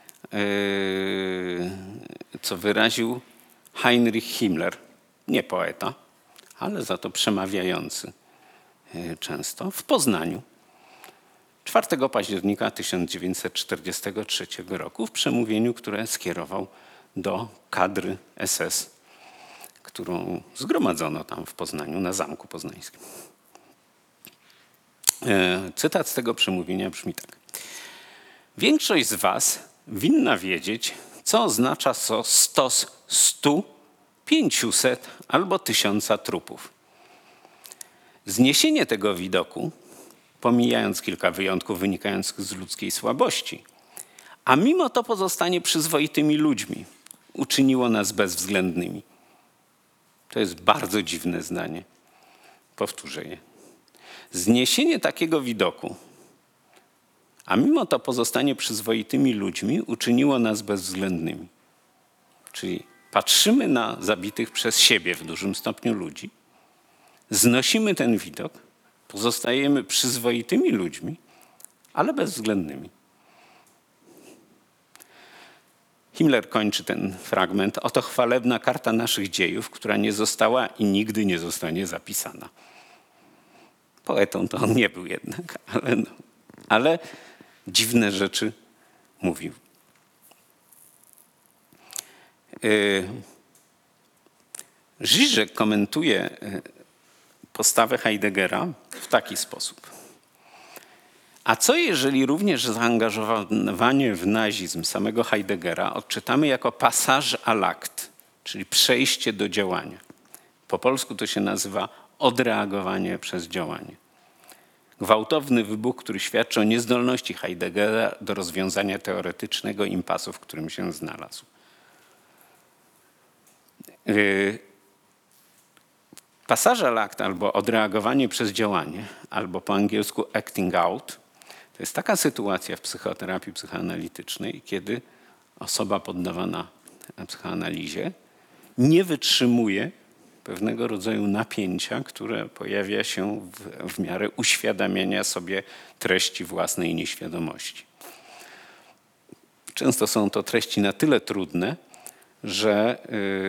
y, co wyraził Heinrich Himmler. Nie poeta, ale za to przemawiający y, często w Poznaniu. czwartego października tysiąc dziewięćset czterdziestego trzeciego roku w przemówieniu, które skierował do kadry S S, którą zgromadzono tam w Poznaniu, na Zamku Poznańskim. Cytat z tego przemówienia brzmi tak. Większość z was winna wiedzieć, co oznacza stos stu, pięciuset albo tysiąca trupów. Zniesienie tego widoku, pomijając kilka wyjątków wynikających z ludzkiej słabości, a mimo to pozostanie przyzwoitymi ludźmi, uczyniło nas bezwzględnymi. To jest bardzo dziwne zdanie. Powtórzę je. Zniesienie takiego widoku, a mimo to pozostanie przyzwoitymi ludźmi, uczyniło nas bezwzględnymi. Czyli patrzymy na zabitych przez siebie w dużym stopniu ludzi, znosimy ten widok, pozostajemy przyzwoitymi ludźmi, ale bezwzględnymi. Himmler kończy ten fragment. Oto chwalebna karta naszych dziejów, która nie została i nigdy nie zostanie zapisana. Poetą to on nie był jednak, ale, no, ale dziwne rzeczy mówił. Yy, Żyżek komentuje postawę Heideggera w taki sposób. A co jeżeli również zaangażowanie w nazizm samego Heideggera odczytamy jako passage à l'acte, czyli przejście do działania. Po polsku to się nazywa odreagowanie przez działanie. Gwałtowny wybuch, który świadczy o niezdolności Heideggera do rozwiązania teoretycznego impasu, w którym się znalazł. Yy, passage à l'acte albo odreagowanie przez działanie, albo po angielsku acting out, to jest taka sytuacja w psychoterapii psychoanalitycznej, kiedy osoba poddawana psychoanalizie nie wytrzymuje pewnego rodzaju napięcia, które pojawia się w, w miarę uświadamiania sobie treści własnej nieświadomości. Często są to treści na tyle trudne, że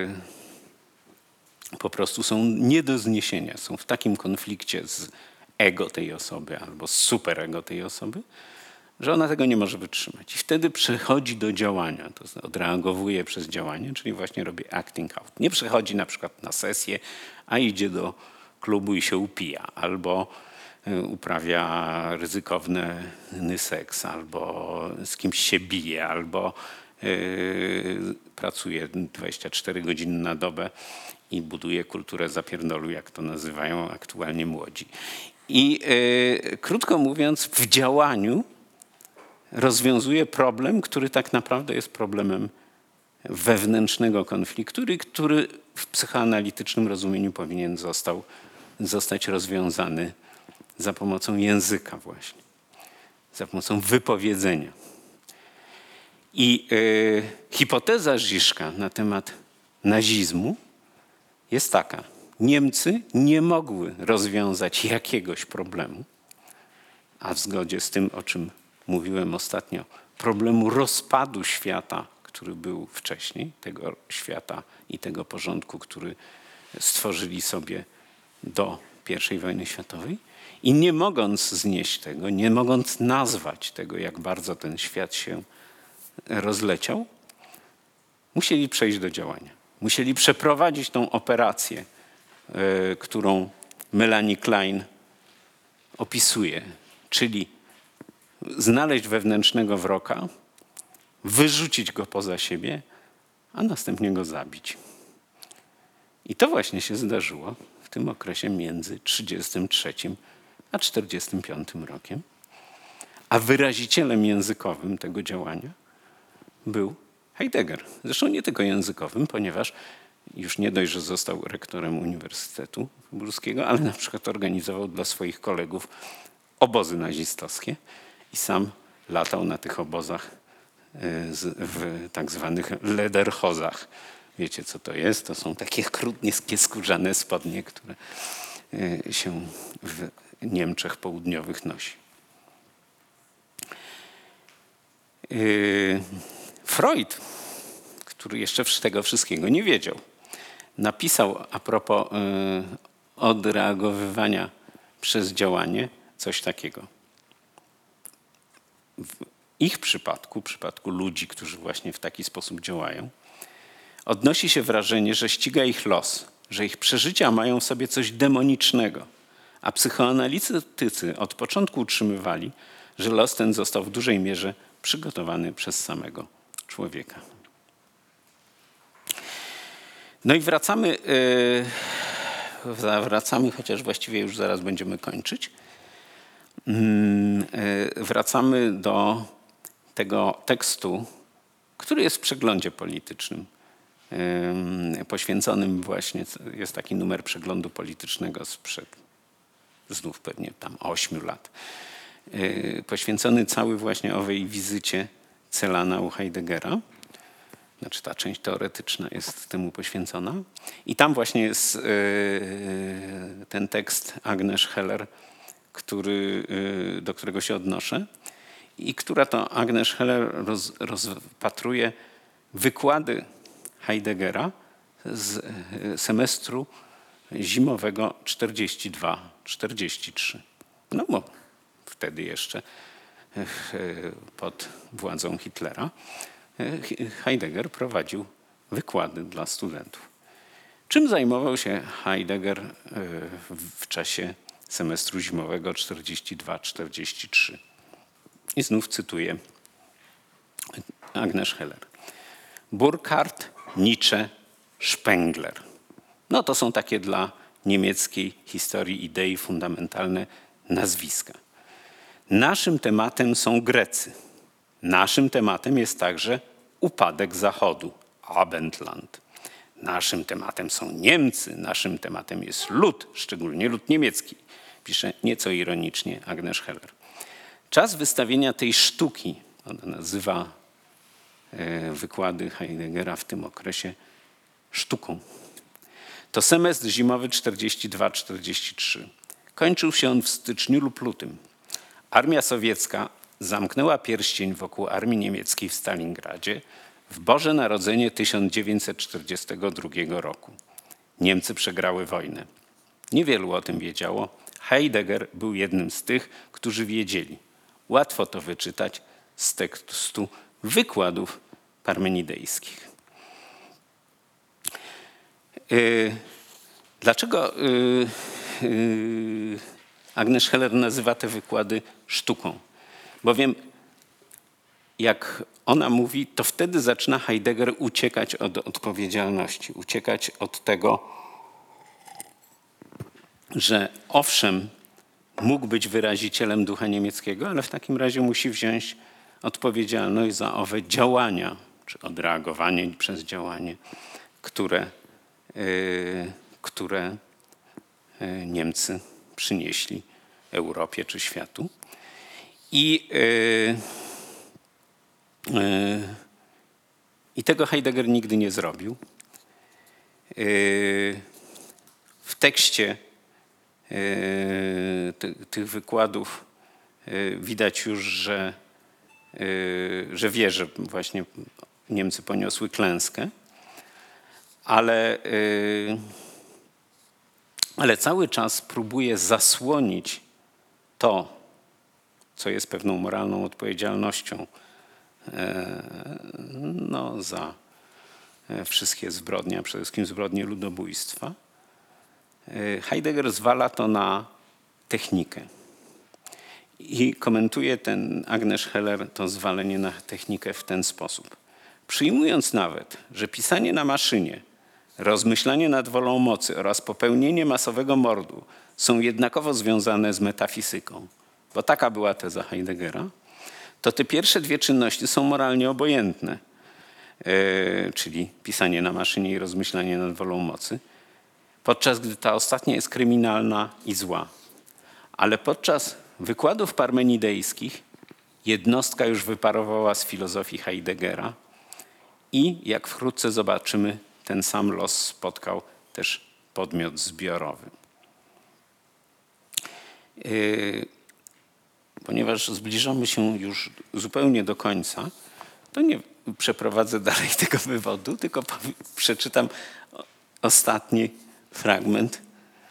yy, po prostu są nie do zniesienia. Są w takim konflikcie z ego tej osoby albo z superego tej osoby, że ona tego nie może wytrzymać. I wtedy przechodzi do działania, to znaczy odreagowuje przez działanie, czyli właśnie robi acting out. Nie przechodzi na przykład na sesję, a idzie do klubu i się upija, albo uprawia ryzykowny seks, albo z kimś się bije, albo yy, pracuje dwadzieścia cztery godziny na dobę i buduje kulturę zapierdolu, jak to nazywają aktualnie młodzi. I yy, krótko mówiąc, w działaniu rozwiązuje problem, który tak naprawdę jest problemem wewnętrznego konfliktu, który w psychoanalitycznym rozumieniu powinien został, zostać rozwiązany za pomocą języka właśnie, za pomocą wypowiedzenia. I y, hipoteza Zizka na temat nazizmu jest taka. Niemcy nie mogły rozwiązać jakiegoś problemu, a w zgodzie z tym, o czym mówiłem ostatnio, problemu rozpadu świata, który był wcześniej, tego świata i tego porządku, który stworzyli sobie do pierwszej wojny światowej. I nie mogąc znieść tego, nie mogąc nazwać tego, jak bardzo ten świat się rozleciał, musieli przejść do działania. Musieli przeprowadzić tą operację, y, którą Melanie Klein opisuje, czyli znaleźć wewnętrznego wroga, wyrzucić go poza siebie, a następnie go zabić. I to właśnie się zdarzyło w tym okresie między trzydziestym trzecim a czterdziestym piątym rokiem. A wyrazicielem językowym tego działania był Heidegger. Zresztą nie tylko językowym, ponieważ już nie dość, że został rektorem Uniwersytetu Lubuskiego, ale na przykład organizował dla swoich kolegów obozy nazistowskie i sam latał na tych obozach w tak zwanych lederhozach. Wiecie, co to jest? To są takie krótkie, skórzane spodnie, które się w Niemczech Południowych nosi. Freud, który jeszcze tego wszystkiego nie wiedział, napisał a propos odreagowywania przez działanie coś takiego. W ich przypadku, w przypadku ludzi, którzy właśnie w taki sposób działają, odnosi się wrażenie, że ściga ich los, że ich przeżycia mają w sobie coś demonicznego. A psychoanalitycy od początku utrzymywali, że los ten został w dużej mierze przygotowany przez samego człowieka. No i wracamy, yy, wracamy, chociaż właściwie już zaraz będziemy kończyć. Yy, wracamy do tego tekstu, który jest w przeglądzie politycznym, yy, poświęconym właśnie, jest taki numer przeglądu politycznego sprzed znów pewnie tam ośmiu lat, yy, poświęcony cały właśnie owej wizycie Celana u Heideggera. Znaczy ta część teoretyczna jest temu poświęcona. I tam właśnie jest yy, ten tekst Agnes Heller, który, yy, do którego się odnoszę i która to Agnes Heller roz, rozpatruje wykłady Heideggera z semestru zimowego czterdzieści dwa czterdzieści trzy. No bo wtedy jeszcze pod władzą Hitlera Heidegger prowadził wykłady dla studentów. Czym zajmował się Heidegger w czasie semestru zimowego czterdzieści dwa czterdzieści trzy? I znów cytuję Agnes Heller. Burckhardt, Nietzsche, Spengler. No to są takie dla niemieckiej historii idei fundamentalne nazwiska. Naszym tematem są Grecy. Naszym tematem jest także upadek Zachodu, Abendland. Naszym tematem są Niemcy, naszym tematem jest lud, szczególnie lud niemiecki, pisze nieco ironicznie Agnes Heller. Czas wystawienia tej sztuki, ona nazywa wykłady Heideggera w tym okresie sztuką, to semestr zimowy czterdzieści dwa czterdzieści trzy. Kończył się on w styczniu lub lutym. Armia sowiecka zamknęła pierścień wokół armii niemieckiej w Stalingradzie w Boże Narodzenie tysiąc dziewięćset czterdziestego drugiego roku. Niemcy przegrały wojnę. Niewielu o tym wiedziało. Heidegger był jednym z tych, którzy wiedzieli. Łatwo to wyczytać z tekstu wykładów parmenidejskich. Yy, dlaczego yy, yy, Agnes Heller nazywa te wykłady sztuką? Bowiem jak ona mówi, to wtedy zaczyna Heidegger uciekać od odpowiedzialności, uciekać od tego, że owszem, mógł być wyrazicielem ducha niemieckiego, ale w takim razie musi wziąć odpowiedzialność za owe działania, czy odreagowanie przez działanie, które, yy, które yy, Niemcy przynieśli Europie czy światu. I, yy, yy, i tego Heidegger nigdy nie zrobił. Yy, w tekście yy, ty, tych wykładów yy, widać już, że, yy, że wie, że właśnie Niemcy poniosły klęskę, ale, yy, ale cały czas próbuje zasłonić to, co jest pewną moralną odpowiedzialnością no, za wszystkie zbrodnie, a przede wszystkim zbrodnie ludobójstwa. Heidegger zwala to na technikę. I komentuje ten Agnes Heller to zwalenie na technikę w ten sposób. Przyjmując nawet, że pisanie na maszynie, rozmyślanie nad wolą mocy oraz popełnienie masowego mordu są jednakowo związane z metafizyką, bo taka była teza Heideggera, to te pierwsze dwie czynności są moralnie obojętne, yy, czyli pisanie na maszynie i rozmyślanie nad wolą mocy, podczas gdy ta ostatnia jest kryminalna i zła. Ale podczas wykładów parmenidejskich jednostka już wyparowała z filozofii Heideggera i, jak wkrótce zobaczymy, ten sam los spotkał też podmiot zbiorowy. Yy, Ponieważ zbliżamy się już zupełnie do końca, to nie przeprowadzę dalej tego wywodu, tylko przeczytam ostatni fragment,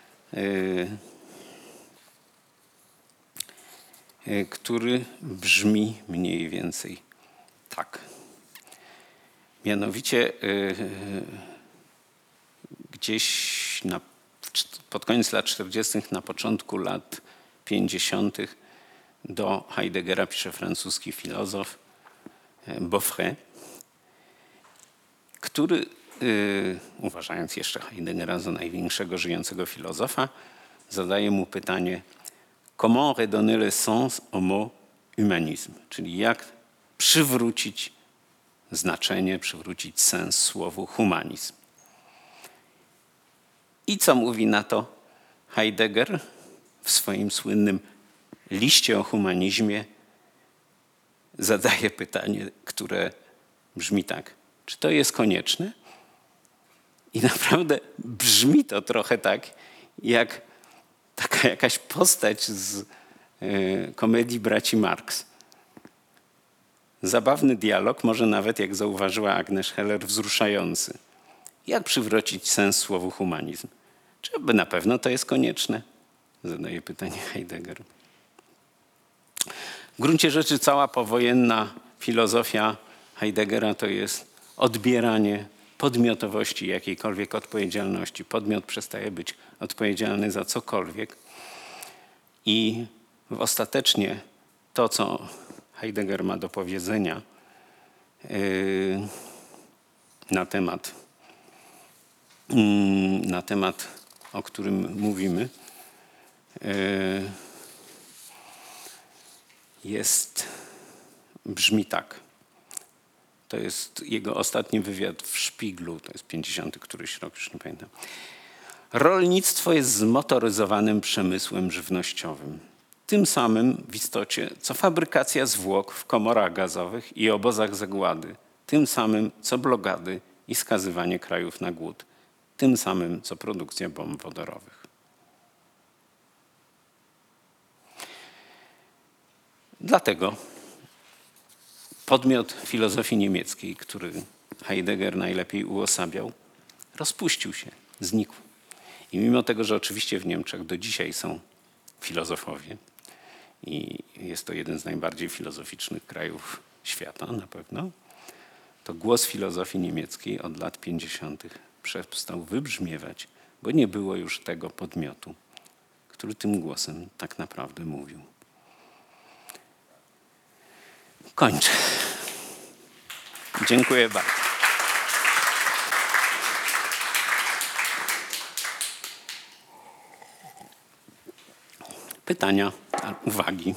który brzmi mniej więcej tak. Mianowicie gdzieś na, pod koniec lat czterdziestych, na początku lat pięćdziesiątych do Heideggera pisze francuski filozof Boffré, który, yy, uważając jeszcze Heideggera za największego żyjącego filozofa, zadaje mu pytanie comment redonner le sens au mot humanisme, czyli jak przywrócić znaczenie, przywrócić sens słowu humanizm. I co mówi na to Heidegger w swoim słynnym liście o humanizmie? Zadaje pytanie, które brzmi tak: czy to jest konieczne? I naprawdę brzmi to trochę tak, jak taka jakaś postać z y, komedii braci Marx. Zabawny dialog, może nawet, jak zauważyła Agnes Heller, wzruszający. Jak przywrócić sens słowu humanizm? Czy by na pewno to jest konieczne? Zadaje pytanie Heidegger. W gruncie rzeczy cała powojenna filozofia Heideggera to jest odbieranie podmiotowości jakiejkolwiek odpowiedzialności. Podmiot przestaje być odpowiedzialny za cokolwiek. I ostatecznie to, co Heidegger ma do powiedzenia yy, na temat, yy, na temat, o którym mówimy, yy, jest, brzmi tak. To jest jego ostatni wywiad w Szpiglu, to jest pięćdziesiąty któryś rok, już nie pamiętam. Rolnictwo jest zmotoryzowanym przemysłem żywnościowym. Tym samym w istocie, co fabrykacja zwłok w komorach gazowych i obozach zagłady. Tym samym, co blokady i skazywanie krajów na głód. Tym samym, co produkcja bomb wodorowych. Dlatego podmiot filozofii niemieckiej, który Heidegger najlepiej uosabiał, rozpuścił się, znikł. I mimo tego, że oczywiście w Niemczech do dzisiaj są filozofowie i jest to jeden z najbardziej filozoficznych krajów świata na pewno, to głos filozofii niemieckiej od lat pięćdziesiątych przestał wybrzmiewać, bo nie było już tego podmiotu, który tym głosem tak naprawdę mówił. Kończę. Dziękuję bardzo. Pytania, uwagi?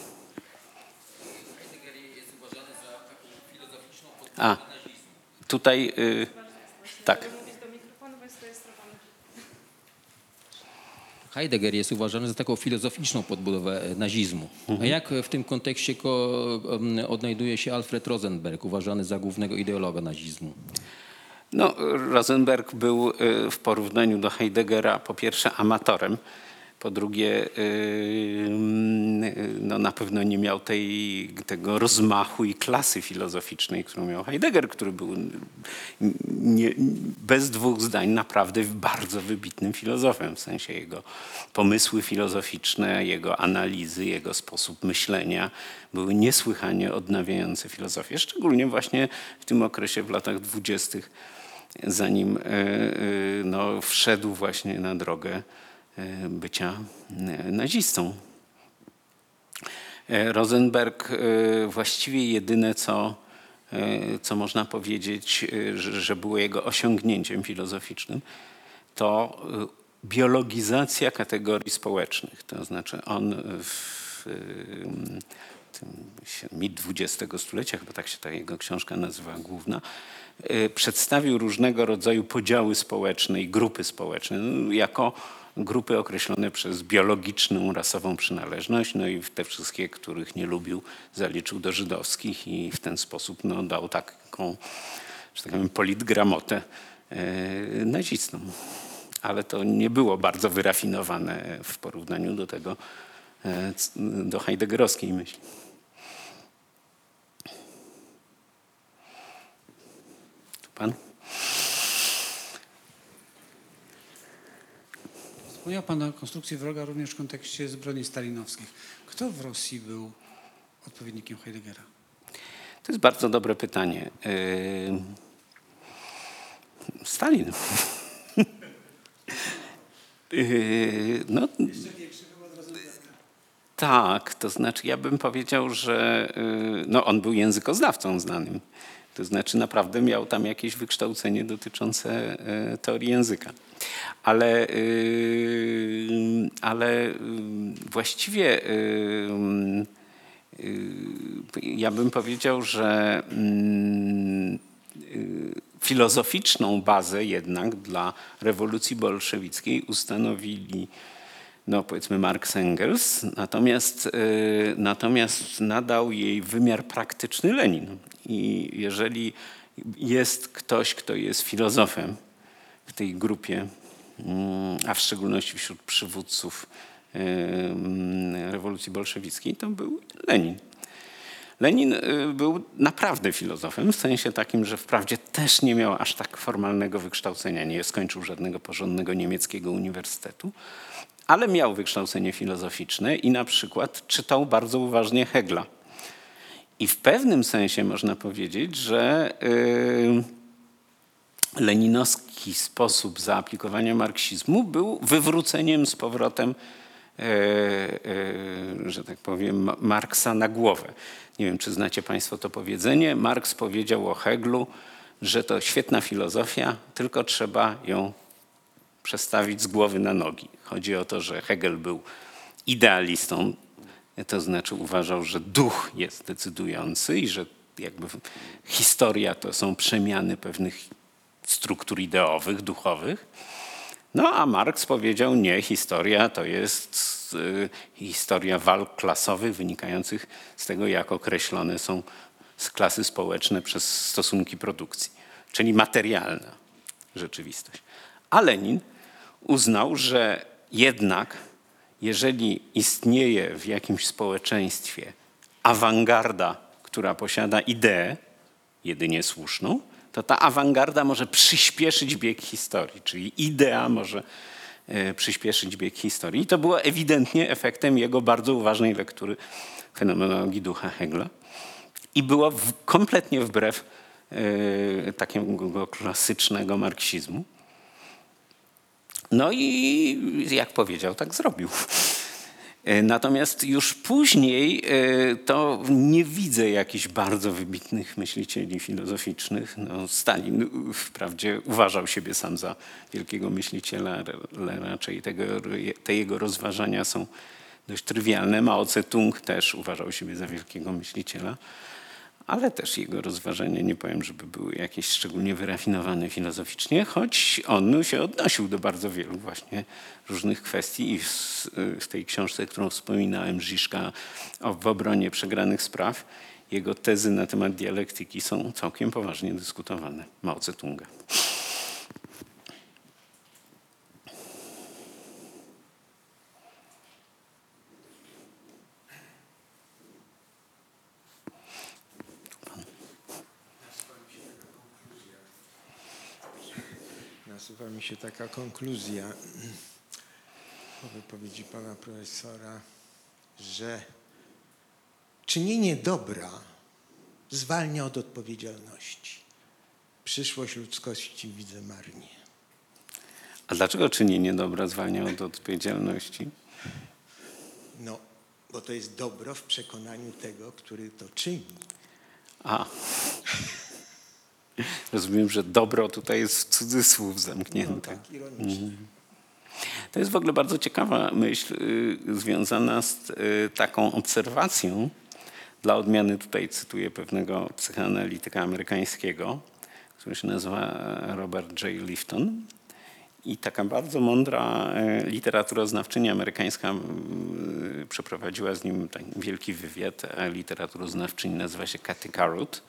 A, tutaj y, tak. Heidegger jest uważany za taką filozoficzną podbudowę nazizmu. A jak w tym kontekście ko- odnajduje się Alfred Rosenberg, uważany za głównego ideologa nazizmu? No, Rosenberg był y, w porównaniu do Heideggera po pierwsze amatorem, po drugie y, y, no, na pewno nie miał tej, tego rozmachu i klasy filozoficznej, którą miał Heidegger, który był nie, bez dwóch zdań naprawdę bardzo wybitnym filozofem, w sensie jego pomysły filozoficzne, jego analizy, jego sposób myślenia były niesłychanie odnawiające filozofię, szczególnie właśnie w tym okresie w latach dwudziestych, zanim no, wszedł właśnie na drogę bycia nazistą. Rosenberg właściwie jedyne, co, co można powiedzieć, że było jego osiągnięciem filozoficznym, to biologizacja kategorii społecznych. To znaczy on w mit dwudziestego stulecia, chyba tak się ta jego książka nazywa główna, przedstawił różnego rodzaju podziały społeczne i grupy społeczne jako grupy określone przez biologiczną, rasową przynależność, no i te wszystkie, których nie lubił, zaliczył do żydowskich i w ten sposób no, dał taką, że tak powiem, politgramotę e, nazistom. Ale to nie było bardzo wyrafinowane w porównaniu do tego, e, do heideggerowskiej myśli. Tu pan? Wspomniał pan o konstrukcji wroga również w kontekście zbrodni stalinowskich. Kto w Rosji był odpowiednikiem Heideggera? To jest bardzo dobre pytanie. Stalin. No, tak, to znaczy ja bym powiedział, że no, on był językoznawcą znanym. To znaczy naprawdę miał tam jakieś wykształcenie dotyczące teorii języka. Ale, ale właściwie ja bym powiedział, że filozoficzną bazę jednak dla rewolucji bolszewickiej ustanowili no powiedzmy Marx, Engels, natomiast, natomiast nadał jej wymiar praktyczny Lenin. I jeżeli jest ktoś, kto jest filozofem w tej grupie, a w szczególności wśród przywódców rewolucji bolszewickiej, to był Lenin. Lenin był naprawdę filozofem, w sensie takim, że wprawdzie też nie miał aż tak formalnego wykształcenia, nie skończył żadnego porządnego niemieckiego uniwersytetu, ale miał wykształcenie filozoficzne i na przykład czytał bardzo uważnie Hegla. I w pewnym sensie można powiedzieć, że yy, leninowski sposób zaaplikowania marksizmu był wywróceniem z powrotem, yy, yy, że tak powiem, Marksa na głowę. Nie wiem, czy znacie państwo to powiedzenie. Marks powiedział o Heglu, że to świetna filozofia, tylko trzeba ją przestawić z głowy na nogi. Chodzi o to, że Hegel był idealistą, to znaczy uważał, że duch jest decydujący i że jakby historia to są przemiany pewnych struktur ideowych, duchowych. No a Marks powiedział, nie, historia to jest y, historia walk klasowych wynikających z tego, jak określone są klasy społeczne przez stosunki produkcji, czyli materialna rzeczywistość. A Lenin uznał, że jednak jeżeli istnieje w jakimś społeczeństwie awangarda, która posiada ideę jedynie słuszną, to ta awangarda może przyspieszyć bieg historii, czyli idea może e, przyspieszyć bieg historii. I to było ewidentnie efektem jego bardzo uważnej lektury fenomenologii ducha Hegla. I było w, kompletnie wbrew e, takiego klasycznego marksizmu. No i jak powiedział, tak zrobił. Natomiast już później to nie widzę jakichś bardzo wybitnych myślicieli filozoficznych. No, Stalin wprawdzie uważał siebie sam za wielkiego myśliciela, ale raczej tego, te jego rozważania są dość trywialne. Mao Tse-tung też uważał siebie za wielkiego myśliciela. ale też jego rozważania nie powiem, żeby były jakieś szczególnie wyrafinowane filozoficznie, choć on się odnosił do bardzo wielu właśnie różnych kwestii i w, w tej książce, którą wspominałem, Žižka w obronie przegranych spraw, jego tezy na temat dialektyki są całkiem poważnie dyskutowane. Mao Tse-tunga. Nasuwa mi się taka konkluzja po wypowiedzi pana profesora, że czynienie dobra zwalnia od odpowiedzialności. Przyszłość ludzkości widzę marnie. A dlaczego czynienie dobra zwalnia od odpowiedzialności? No, bo to jest dobro w przekonaniu tego, który to czyni. A. Rozumiem, że dobro tutaj jest w cudzysłów zamknięte. No, tak, ironicznie. To jest w ogóle bardzo ciekawa myśl y, związana z y, taką obserwacją. Dla odmiany tutaj cytuję pewnego psychoanalityka amerykańskiego, który się nazywa Robert J. Lifton. I taka bardzo mądra y, literaturoznawczyni amerykańska y, przeprowadziła z nim taki wielki wywiad. A literaturoznawczyni nazywa się Kathy Carrot.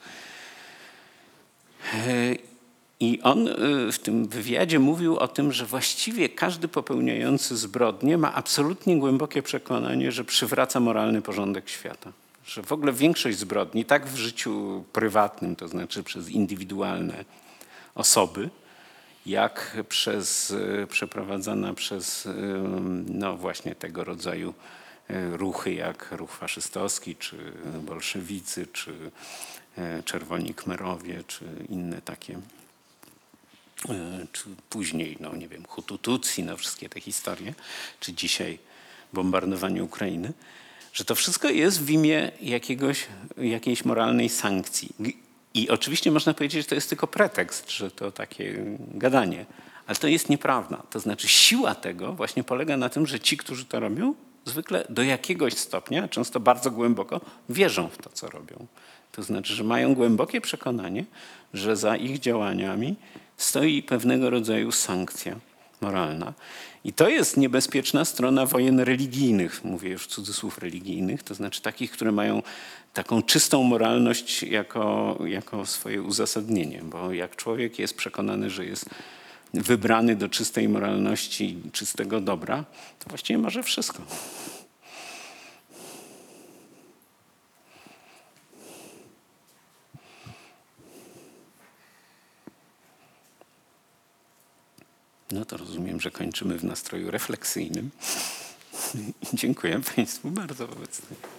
I on w tym wywiadzie mówił o tym, że właściwie każdy popełniający zbrodnię ma absolutnie głębokie przekonanie, że przywraca moralny porządek świata. Że w ogóle większość zbrodni, tak w życiu prywatnym, to znaczy przez indywidualne osoby, jak przez, przeprowadzana przez no właśnie tego rodzaju ruchy jak ruch faszystowski, czy bolszewicy, czy Czerwoni Khmerowie, czy inne takie, czy później, no nie wiem, Hutu Tutsi, no wszystkie te historie, czy dzisiaj bombardowanie Ukrainy, że to wszystko jest w imię jakiegoś, jakiejś moralnej sankcji. I oczywiście można powiedzieć, że to jest tylko pretekst, że to takie gadanie, ale to jest nieprawda. To znaczy siła tego właśnie polega na tym, że ci, którzy to robią, zwykle do jakiegoś stopnia, często bardzo głęboko, wierzą w to, co robią. To znaczy, że mają głębokie przekonanie, że za ich działaniami stoi pewnego rodzaju sankcja moralna. I to jest niebezpieczna strona wojen religijnych, mówię już cudzysłów religijnych, to znaczy takich, które mają taką czystą moralność jako, jako swoje uzasadnienie. Bo jak człowiek jest przekonany, że jest wybrany do czystej moralności, czystego dobra, to właściwie może wszystko. No to rozumiem, że kończymy w nastroju refleksyjnym. Dziękuję Państwu bardzo wobec tego.